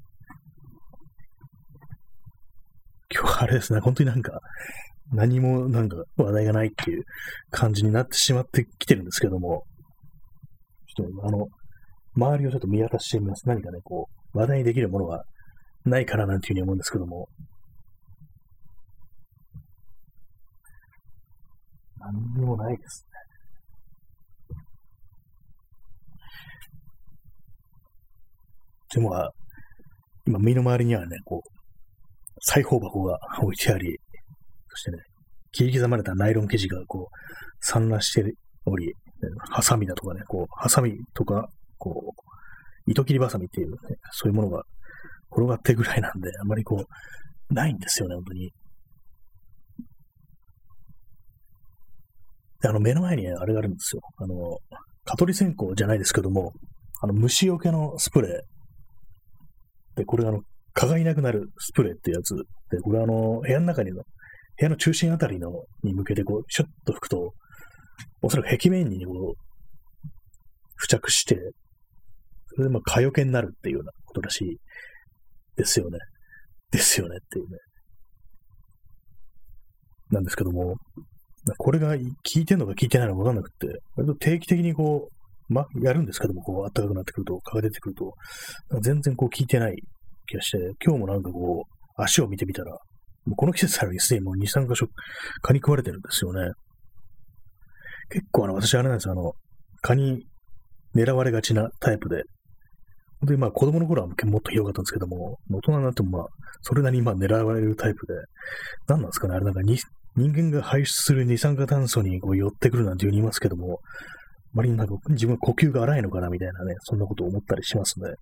今日はあれですね、本当になんか、何もなんか話題がないっていう感じになってしまってきてるんですけども、ちょっとあの、周りをちょっと見渡してみます。何かね、こう、話題にできるものがないかななんていうふうに思うんですけども、何にもないですね。でも、今、身の回りにはね、こう、裁縫箱が置いてあり、そしてね、切り刻まれたナイロン生地がこう、散乱しており、ハサミだとかね、こう、ハサミとか、こう、糸切りバサミっていう、ね、そういうものが転がってるぐらいなんで、あんまりこう、ないんですよね、本当に。で、あの、目の前に、ね、あれがあるんですよ。あの、蚊取り線香じゃないですけども、あの、虫除けのスプレー。で、これあの、蚊がいなくなるスプレーってやつ。で、これあの、部屋の中にの、部屋の中心あたりの、に向けてこう、シュッと吹くと、おそらく壁面にこう、付着して、それでまあ、蚊よけになるっていうようなことらしいですよね。ですよねっていうね。なんですけども、これが効いてんのか効いてないのかわかんなくて、割と定期的にこう、ま、やるんですけども、こう、暖かくなってくると、蚊が出てくると、全然こう効いてない気がして、今日もなんかこう、足を見てみたら、もうこの季節なのにすでにもうに、さん箇所蚊に食われてるんですよね。結構あの、私あれなんですよ、あの、蚊に狙われがちなタイプで、で、まあ子供の頃はもっとひどかったんですけども、大人になってもまあ、それなりにまあ狙われるタイプで、何なんですかね、あれなんかに人間が排出する二酸化炭素にこう寄ってくるなんていうふうに言いますけども、あまりなんか自分は呼吸が荒いのかなみたいなね、そんなことを思ったりしますね。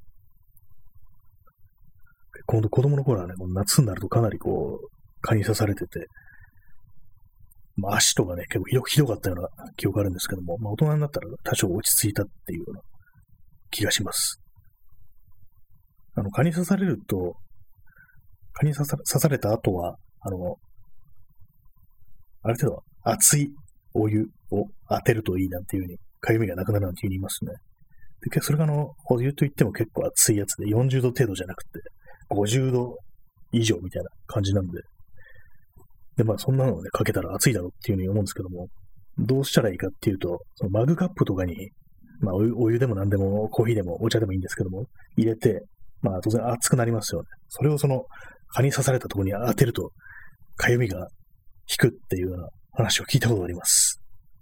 今度子供の頃はね、夏になるとかなりこう、蚊に刺されてて、まあ、足とかね、結構ひどひどかったような記憶があるんですけども、まあ、大人になったら多少落ち着いたっていうような気がします。あの、蚊に刺されると、蚊に刺さ刺された後は、あの、ある程度熱いお湯を当てるといいなんていう風に、痒みがなくなるなんていう風に言いますね。で、それがあの、お湯といっても結構熱いやつでよんじゅうど程度じゃなくて、ごじゅうど以上みたいな感じなんで、で、まあそんなのをね、かけたら熱いだろうっていう風に思うんですけども、どうしたらいいかっていうと、そのマグカップとかに、まあお湯、お湯でも何でも、コーヒーでもお茶でもいいんですけども、入れて、まあ当然熱くなりますよね。それをその蚊に刺されたところに当てると、痒みが引くっていうような話を聞いたことがあります。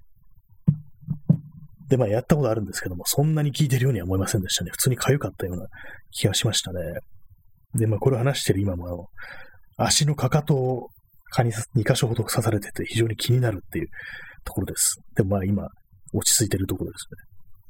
で、まあやったことあるんですけども、そんなに効いてるようには思いませんでしたね。普通に痒かったような気がしましたね。で、まあこれを話してる今も、あの、足のかかとを蚊にに箇所ほど刺されてて非常に気になるっていうところです。でもまあ今、落ち着いてるところですね。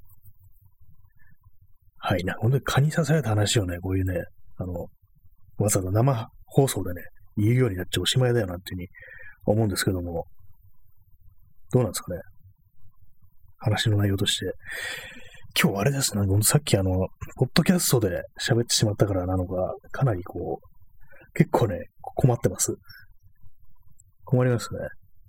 はい、な、本当に蚊に刺された話をね、こういうね、あの、わざわざ生放送でね、言うようになっちゃおしまいだよなっていうふうに思うんですけども、どうなんですかね。話の内容として。今日あれですね、さっきあの、ポッドキャストで喋ってしまったからなのか、かなりこう、結構ね、困ってます。困りますね。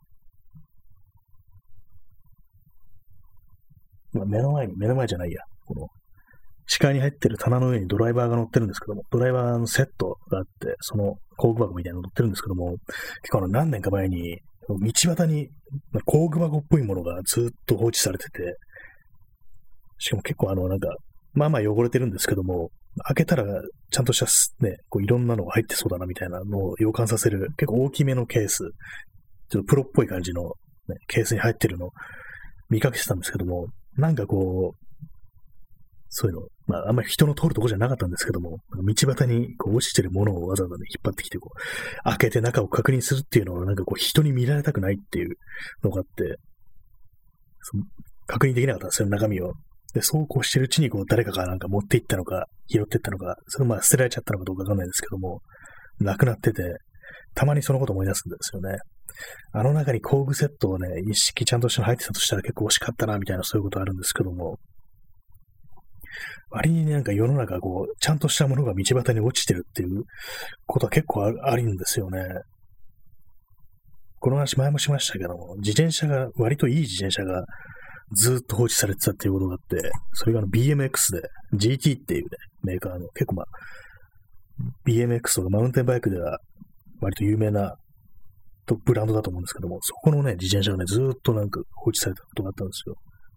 まあ、目の前に、目の前じゃないや。この、視界に入ってる棚の上にドライバーが乗ってるんですけども、ドライバーのセットがあって、その工具箱みたいなの乗ってるんですけども、結構あの何年か前に、道端に工具箱っぽいものがずっと放置されてて、しかも結構あのなんか、まあまあ汚れてるんですけども、開けたらちゃんとしたね、こういろんなのが入ってそうだなみたいなのを予感させる結構大きめのケース、ちょっとプロっぽい感じの、ね、ケースに入ってるのを見かけてたんですけども、なんかこう、そういうの、まああんまり人の通るとこじゃなかったんですけども、道端にこう落ちてるものをわざわざね、引っ張ってきてこう、開けて中を確認するっていうのはなんかこう人に見られたくないっていうのがあって、その確認できなかったんですよ、中身を。 で、そうこうしてるうちに、こう、誰かがなんか持っていったのか、拾っていったのか、それまあ捨てられちゃったのかどうかわかんないですけども、なくなってて、たまにそのこと思い出すんですよね。あの中に工具セットをね、一式ちゃんとしたの入ってたとしたら結構惜しかったな、みたいなそういうことあるんですけども、割にね、なんか世の中こう、ちゃんとしたものが道端に落ちてるっていうことは結構ああるんですよね。この話前もしましたけども、自転車が、割といい自転車がずーっと放置されてたっていうことがあって、それがあの ビーエムエックス で ジーティー っていうね、メーカーの結構まあ、ビーエムエックス とかマウンテンバイクでは割と有名なとブランドだと思うんですけども、そこのね、自転車がね、ずーっとなんか放置されたことがあったんですよ。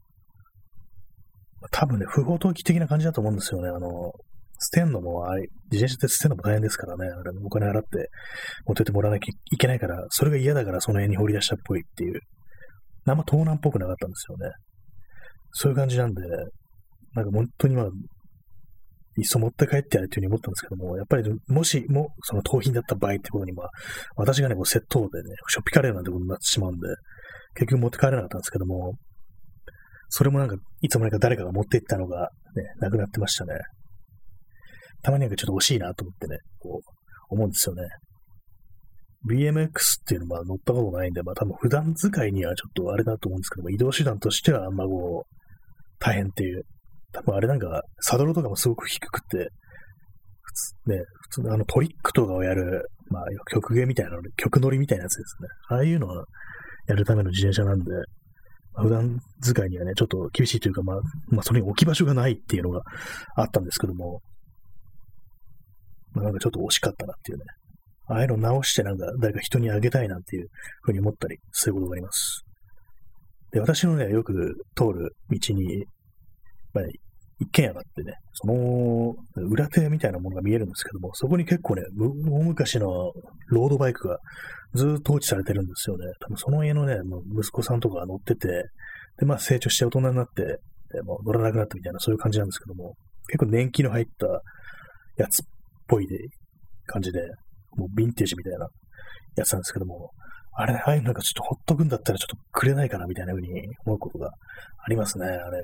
多分ね、不法投棄的な感じだと思うんですよね。あの、捨てんのも、あれ、自転車って捨てんのも大変ですからね。あれ、お金払って持ってってもらわなきゃいけないから、それが嫌だからその辺に放り出したっぽいっていう。あんま盗難っぽくなかったんですよね。そういう感じなんで、なんか本当にまあ、いっそ持って帰ってやるというふうに思ったんですけども、やっぱりもしもその盗品だった場合ってことに、まあ、私がね、こう窃盗でね、しょっぴかれるなんてことになってしまうんで、結局持って帰れなかったんですけども、それもなんか、いつもなんか誰かが持っていったのがね、なくなってましたね。たまになんかちょっと惜しいなと思ってね、こう、思うんですよね。ビーエムエックス っていうのは乗ったことないんで、まあ多分普段使いにはちょっとあれだと思うんですけども、移動手段としてはあんまこう、大変っていう。多分あれなんか、サドルとかもすごく低くて、普通ね、普通のあのトリックとかをやる、まあ曲芸みたいなの、曲乗りみたいなやつですね。ああいうのをやるための自転車なんで、普段使いにはね、ちょっと厳しいというか、まあ、まあ、それに置き場所がないっていうのがあったんですけども、まあ、なんかちょっと惜しかったなっていうね。ああいうの直してなんか誰か人にあげたいなんていうふうに思ったり、そういうことがあります。で、私のね、よく通る道に、やっぱり一軒家があってね、その裏手みたいなものが見えるんですけども、そこに結構ね、大昔のロードバイクがずーっと放置されてるんですよね。多分その家のね、もう息子さんとかが乗ってて、で、まあ成長して大人になって、でもう乗らなくなったみたいな、そういう感じなんですけども、結構年季の入ったやつっぽいで感じで、もうヴィンテージみたいなやつなんですけども、あれ、ああいうなんかちょっとほっとくんだったらちょっとくれないかなみたいな風に思うことがありますね、あれ。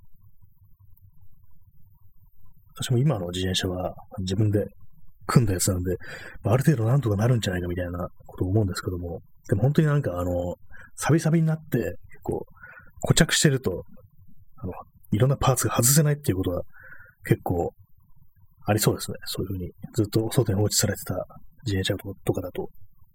私も今の自転車は自分で組んだやつなんで、ある程度なんとかなるんじゃないかみたいなことを思うんですけども、でも本当になんかあの、サビサビになって、結構、固着してると、あの、いろんなパーツが外せないっていうことは結構ありそうですね。そういうふうに、ずっと外に放置されてた自転車とかだと。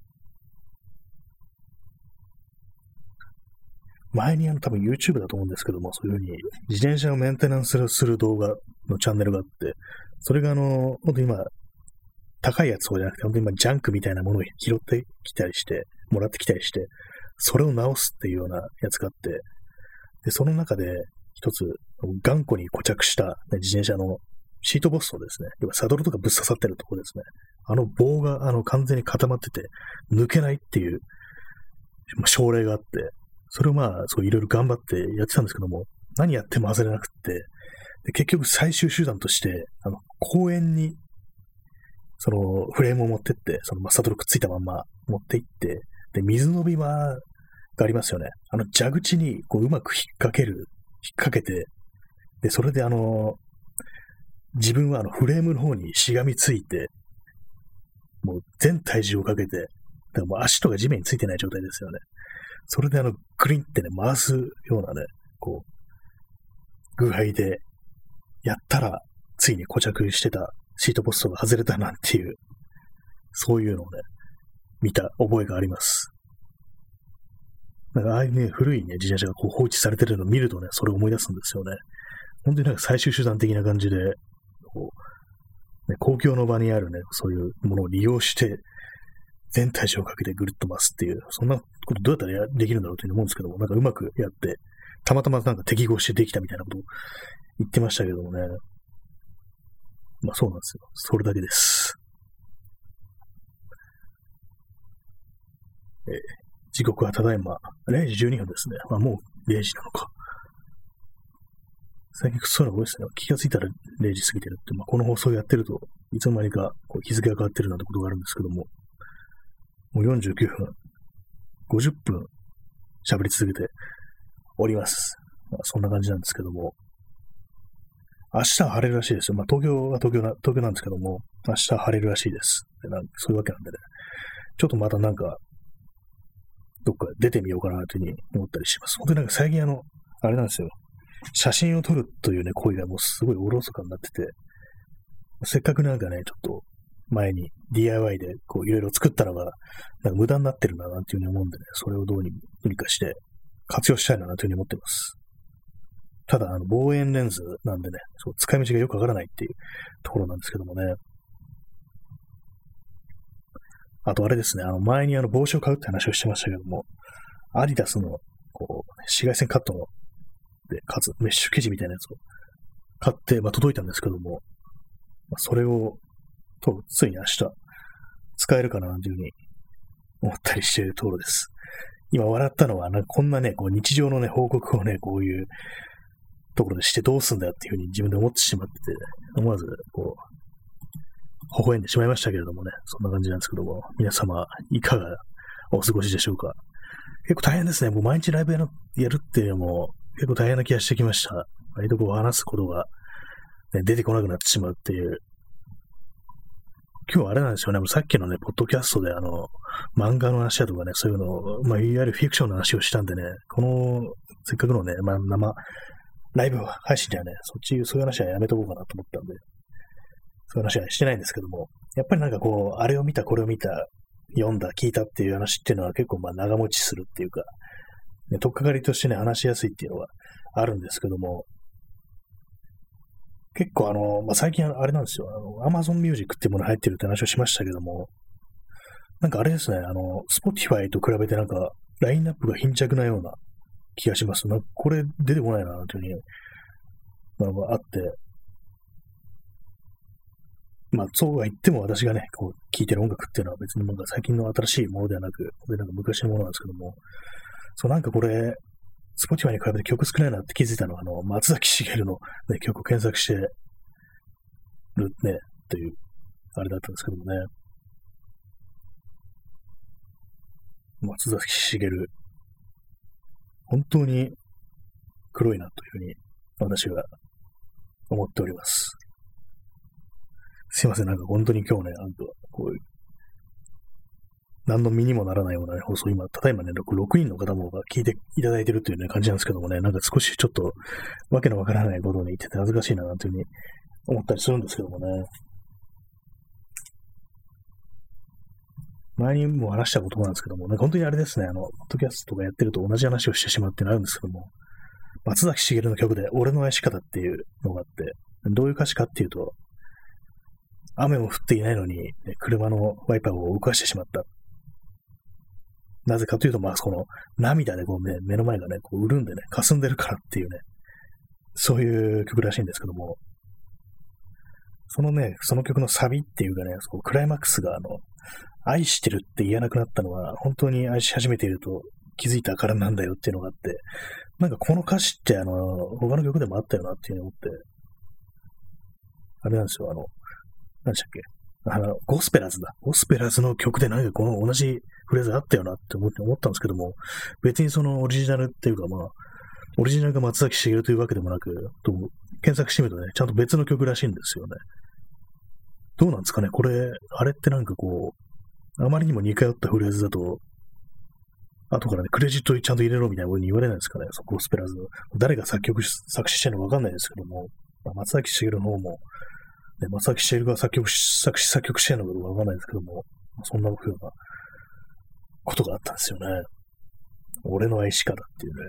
前にあの多分 YouTube だと思うんですけども、そういうふうに自転車をメンテナンスする動画のチャンネルがあって、それがあの、本当に今、高いやつとかじゃなくて、本当に今ジャンクみたいなものを拾ってきたりして、もらってきたりして、それを直すっていうようなやつがあって、で、その中で一つ、頑固に固着した、ね、自転車のシートボストですね。要はサドルとかぶっ刺さってるところですね。あの棒があの完全に固まってて、抜けないっていう、まあ、症例があって、それをまあ、そういろいろ頑張ってやってたんですけども、何やっても外れなくって、で結局最終手段として、あの、公園に、そのフレームを持ってって、そのまあサドルくっついたまんま持って行って、で、水飲み場がありますよね。あの蛇口にこううまく引っ掛ける、引っ掛けて、で、それであの、自分はあのフレームの方にしがみついて、もう全体重をかけて、だからもう足とか地面についてない状態ですよね。それであの、グリンってね、回すようなね、こう、具合で、やったら、ついに固着してたシートポストが外れたなんていう、そういうのをね、見た覚えがあります。なんかああいうね、古いね、自転車がこう放置されてるのを見るとね、それを思い出すんですよね。本当になんか最終手段的な感じで、こう、ね、公共の場にあるね、そういうものを利用して、全体重をかけてぐるっと回すっていう、そんなことどうやったらやできるんだろうという思うんですけども、なんかうまくやって、たまたまなんか適合してできたみたいなことを言ってましたけどもね。まあそうなんですよ。それだけです。えー、時刻はただいまれいじじゅうにふんですね。まあもうれいじなのか。最近そういうの多いですね。気がついたられいじ過ぎてるって、まあこの放送やってるといつの間にかこう日付が変わってるなんてことがあるんですけども、もうよんじゅうきゅうふん、ごじゅっぷん喋り続けております。まあ、そんな感じなんですけども、 明日は晴れるらしいですよ。まあ、東京は東京な、東京なんですけども、明日は晴れるらしいです。でなんそういうわけなんでね。ちょっとまたなんか、どっか出てみようかなというふうに思ったりします。本当になんか最近あの、あれなんですよ。写真を撮るというね、行為がもうすごいおろそかになってて、せっかくなんかね、ちょっと前に ディーアイワイ でこういろいろ作ったのが、なんか無駄になってるな、なんていうふうに思うんでね、それをどうにどうにかして活用したいな、なんていうふうに思ってます。ただ、あの、望遠レンズなんでね、そう使い道がよくわからないっていうところなんですけどもね。あとあれですね、あの、前にあの、帽子を買うって話をしてましたけども、アディダスの、こう、紫外線カットの、で、かつ、メッシュ生地みたいなやつを買って、まあ、届いたんですけども、まあ、それを、と、ついに明日、使えるかな、なんていうふうに思ったりしているところです。今笑ったのは、なんかこんなね、こう、日常のね、報告をね、こういうところでしてどうすんだよっていうふうに自分で思ってしまってて、思わず、こう、微笑んでしまいましたけれどもね、そんな感じなんですけども、皆様、いかがお過ごしでしょうか。結構大変ですね。もう毎日ライブやるやるっていうのも結構大変な気がしてきました。割とこう話すことが、ね、出てこなくなってしまうっていう。今日はあれなんですよね。もうさっきのね、ポッドキャストであの、漫画の話だとかね、そういうのを、まあ、いわゆるフィクションの話をしたんでね、この、せっかくのね、まあ、生、ライブ配信ではね、そっち、そういう話はやめとこうかなと思ったんで、そういう話はしてないんですけども、やっぱりなんかこう、あれを見た、これを見た、読んだ、聞いたっていう話っていうのは結構まあ長持ちするっていうか、ね、取っかかりとしてね、話しやすいっていうのはあるんですけども、結構あの、まあ、最近あれなんですよ、あの、Amazon Music っていうもの入ってるって話をしましたけども、なんかあれですね、あの、Spotify と比べてなんか、ラインナップが貧弱なような気がします。なんかこれ出てこないな、というふうに、まあ、まあ、あって、まあ、そうは言っても私がね、こう、聴いてる音楽っていうのは別になんか最近の新しいものではなく、これなんか昔のものなんですけども、そうなんかこれ、Spotify に比べて曲少ないなって気づいたのは、あの、松崎しげるの、ね、曲を検索してるね、という、あれだったんですけどもね。松崎しげる、本当に黒いなというふうに私は思っております。すいません、なんか本当に今日ね、なんと、こういう、何の身にもならないような、ね、放送、今、ただいまね、ろくにんの方も聞いていただいてるというね、感じなんですけどもね、なんか少しちょっと、わけのわからないことに言ってて恥ずかしいな、なんていうふうに思ったりするんですけどもね。前にも話したことなんですけどもね、本当にあれですね、あの、ポッドキャストとかやってると同じ話をしてしまうっていうのあるんですけども、松崎しげるの曲で、俺の愛し方っていうのがあって、どういう歌詞かっていうと、雨も降っていないのに、ね、車のワイパーを動かしてしまった。なぜかというと、まあ、この涙でこうね、目の前がね、こう潤んでね、霞んでるからっていうね、そういう曲らしいんですけども、そのね、その曲のサビっていうかね、そのクライマックスがあの、愛してるって言えなくなったのは、本当に愛し始めていると気づいたからなんだよっていうのがあって、なんかこの歌詞ってあの、他の曲でもあったよなっていうふうに思って、あれなんですよ、あの、何でしたっけあの、ゴスペラーズだ。ゴスペラーズの曲でなんかこの同じフレーズあったよなって思って思ったんですけども、別にそのオリジナルっていうかまあ、オリジナルが松崎しげるというわけでもなく、と検索してみるとね、ちゃんと別の曲らしいんですよね。どうなんですかねこれ、あれってなんかこう、あまりにも似通ったフレーズだと、後からね、クレジットちゃんと入れろみたいな風に言われないですかね、そこゴスペラーズ。誰が作曲し、作詞してるのかわかんないですけども、まあ、松崎しげるの方も、ね、松崎しげるが作曲し、作詞作曲してるのかどうかわかんないですけども、そんな風なことがあったんですよね。俺の愛し方っていうね。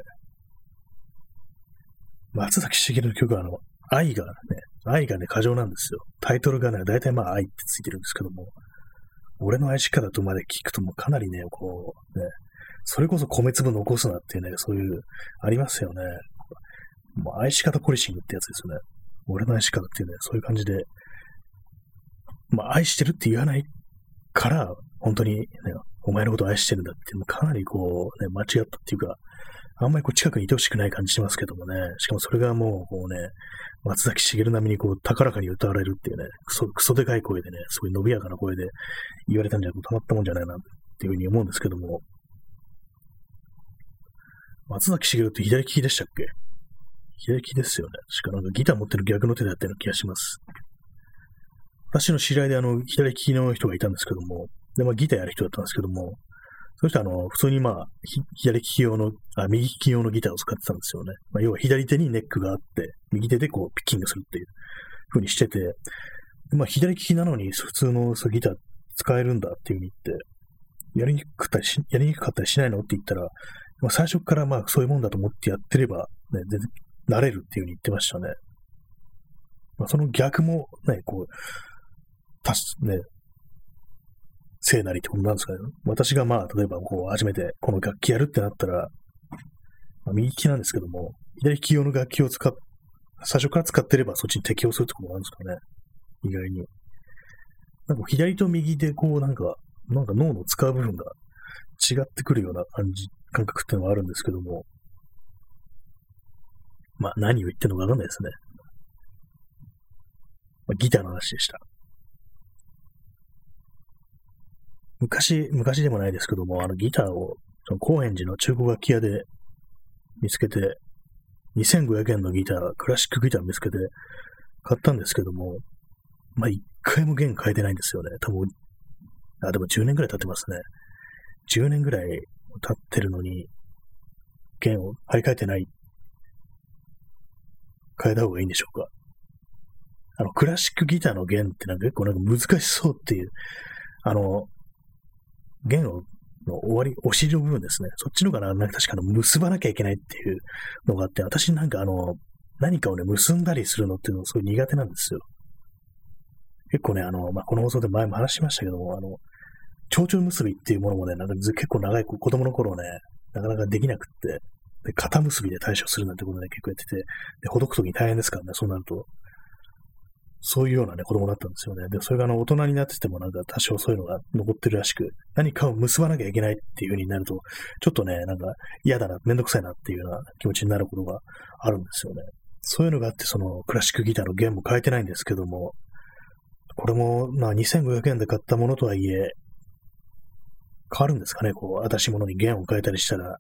松崎しげるの曲はあの、愛がね、愛がね、過剰なんですよ。タイトルがね、大体まあ愛ってついてるんですけども、俺の愛し方とまで聞くともうかなりね、こう、ね、それこそ米粒残すなっていうね、そういう、ありますよね。もう愛し方ポリシングってやつですよね。俺の愛し方っていうね、そういう感じで、まあ愛してるって言わないから、本当にね、お前のことを愛してるんだって、もうかなりこう、ね、間違ったっていうか、あんまりこう近くにいてほしくない感じしますけどもね。しかもそれがもう、こうね、松崎しげる並みにこう、高らかに歌われるっていうね、クソ、クソでかい声でね、すごい伸びやかな声で言われたんじゃ、たまったもんじゃないな、っていうふうに思うんですけども。松崎しげるって左利きでしたっけ？ 左利きですよね。確かなんかギター持ってる逆の手でやってるような気がします。私の知り合いであの、左利きの人がいたんですけども、で、まあギターやる人だったんですけども、その人はあの、普通にまあ、左利き用の、あ、右利き用のギターを使ってたんですよね。まあ、要は左手にネックがあって、右手でこうピッキングするっていう風にしてて、でまあ左利きなのに普通のそうギター使えるんだっていう風に言って、やりにくかったりし、やりにくかったりしないのって言ったら、まあ、最初からまあそういうもんだと思ってやってれば、ね、全然慣れるっていう風に言ってましたね。まあ、その逆もね、こう、たし、ね、聖なりってことなんですかね。私がまあ、例えばこう、初めてこの楽器やるってなったら、まあ、右利きなんですけども、左利き用の楽器を使っ、最初から使ってればそっちに適応するってことなんですかね。意外に。なんか左と右でこう、なんか、なんか脳の使う部分が違ってくるような感じ、感覚っていうのがあるんですけども、まあ何を言ってるのかわかんないですね。まあ、ギターの話でした。昔、昔でもないですけども、あのギターを、その高円寺の中古楽器屋で見つけて、にせんごひゃくえんのギター、クラシックギター見つけて買ったんですけども、まあ一回も弦変えてないんですよね。多分、あ、でもじゅうねんぐらい経ってますね。じゅうねんぐらい経ってるのに、弦を張り替えてない。変えた方がいいんでしょうか。あの、クラシックギターの弦ってなんか結構なんか難しそうっていう、あの、弦をの終わり、お尻の部分ですね。そっちの方がなんか確かに結ばなきゃいけないっていうのがあって、私なんかあの、何かをね、結んだりするのっていうのがすごい苦手なんですよ。結構ね、あの、まあ、この放送で前も話しましたけども、あの、蝶々結びっていうものもね、なんか結構長い子供の頃ね、なかなかできなくって、で、肩結びで対処するなんてことね、結構やってて、で、ほどくときに大変ですからね、そうなると。そういうようなね、子供だったんですよね。で、それがあの、大人になっててもなんか多少そういうのが残ってるらしく、何かを結ばなきゃいけないっていう風になると、ちょっとね、なんか嫌だな、めんどくさいなっていうような気持ちになることがあるんですよね。そういうのがあって、その、クラシックギターの弦も変えてないんですけども、これも、まあ、にせんごひゃくえんで買ったものとはいえ、変わるんですかね、こう、新しいものに弦を変えたりしたら。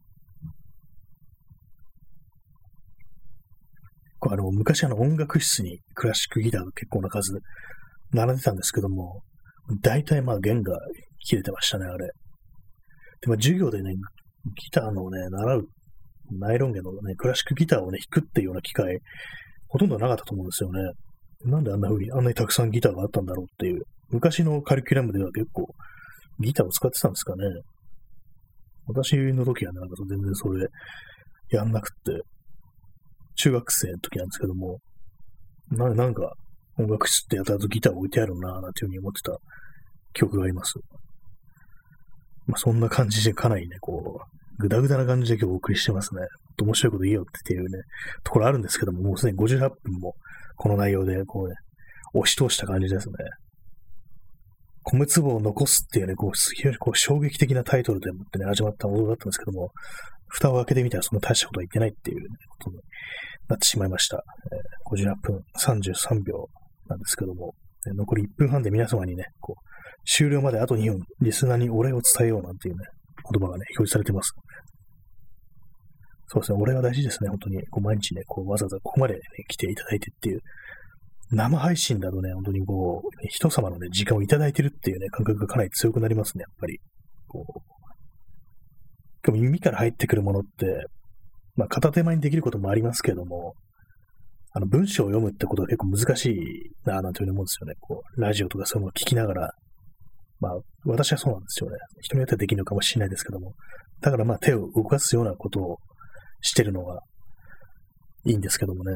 こうあの昔あの音楽室にクラシックギターが結構な数並んでたんですけども、大体まあ弦が切れてましたね、あれ。で、まあ、授業でね、ギターのね、習うナイロン弦のね、クラシックギターをね、弾くっていうような機会、ほとんどなかったと思うんですよね。なんであんな風に、あんなにたくさんギターがあったんだろうっていう。昔のカリキュラムでは結構ギターを使ってたんですかね。私の時はね、なんか全然それやんなくって、中学生の時なんですけども、ななんか音楽室ってやたらとギター置いてあるなぁなんていう風に思ってた記憶があります。まあそんな感じでかなりね、こう、ぐだぐだな感じで今日お送りしてますね。面白いこと言えよっていうね、ところあるんですけども、もうすでにごじゅうはっぷんもこの内容でこうね、押し通した感じですね。米粒を残すっていうね、こう、非常にこう衝撃的なタイトルでもってね、始まったものだったんですけども、蓋を開けてみたらそんな大したことは言ってないっていう、ね、ことになってしまいました。えー、ごじゅうはっぷんさんじゅうさんびょうなんですけども、ね、残りいっぷんはんで皆様にね、こう、終了まであとにふん、リスナーにお礼を伝えようなんていうね、言葉がね、表示されてます。そうですね、お礼は大事ですね、本当に。こう毎日ね、こうわざわざここまで、ね、来ていただいてっていう、生配信だとね、本当にこう、人様のね、時間をいただいてるっていうね、感覚がかなり強くなりますね、やっぱり。こう、耳から入ってくるものって、まあ、片手間にできることもありますけども、あの、文章を読むってことは結構難しいなぁなんていうふうに思うんですよね。こう、ラジオとかそういうのを聞きながら、まあ、私はそうなんですよね。人によってはできるのかもしれないですけども、だからまあ、手を動かすようなことをしてるのがいいんですけどもね。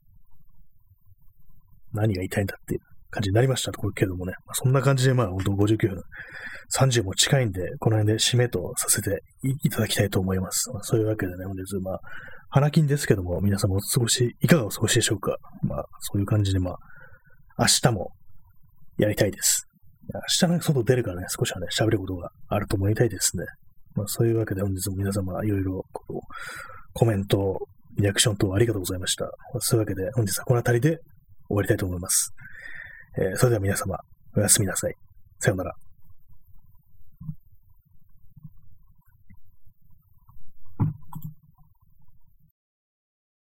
何が言いたいんだっていう感じになりましたけどもね。まあ、そんな感じでまあ、ほんとごじゅうきゅうふん、さんじゅうも近いんで、この辺で締めとさせていただきたいと思います。まあ、そういうわけでね、本日、まあ、花金ですけども、皆様お過ごし、いかがお過ごしでしょうか。まあ、そういう感じで、まあ、明日もやりたいです。明日の外出るからね、少しはね、喋ることがあると思いたいですね。まあ、そういうわけで本日も皆様いろいろコメント、リアクション等ありがとうございました。そういうわけで本日はこの辺りで終わりたいと思います。えー、それでは皆様、おやすみなさい。さようなら。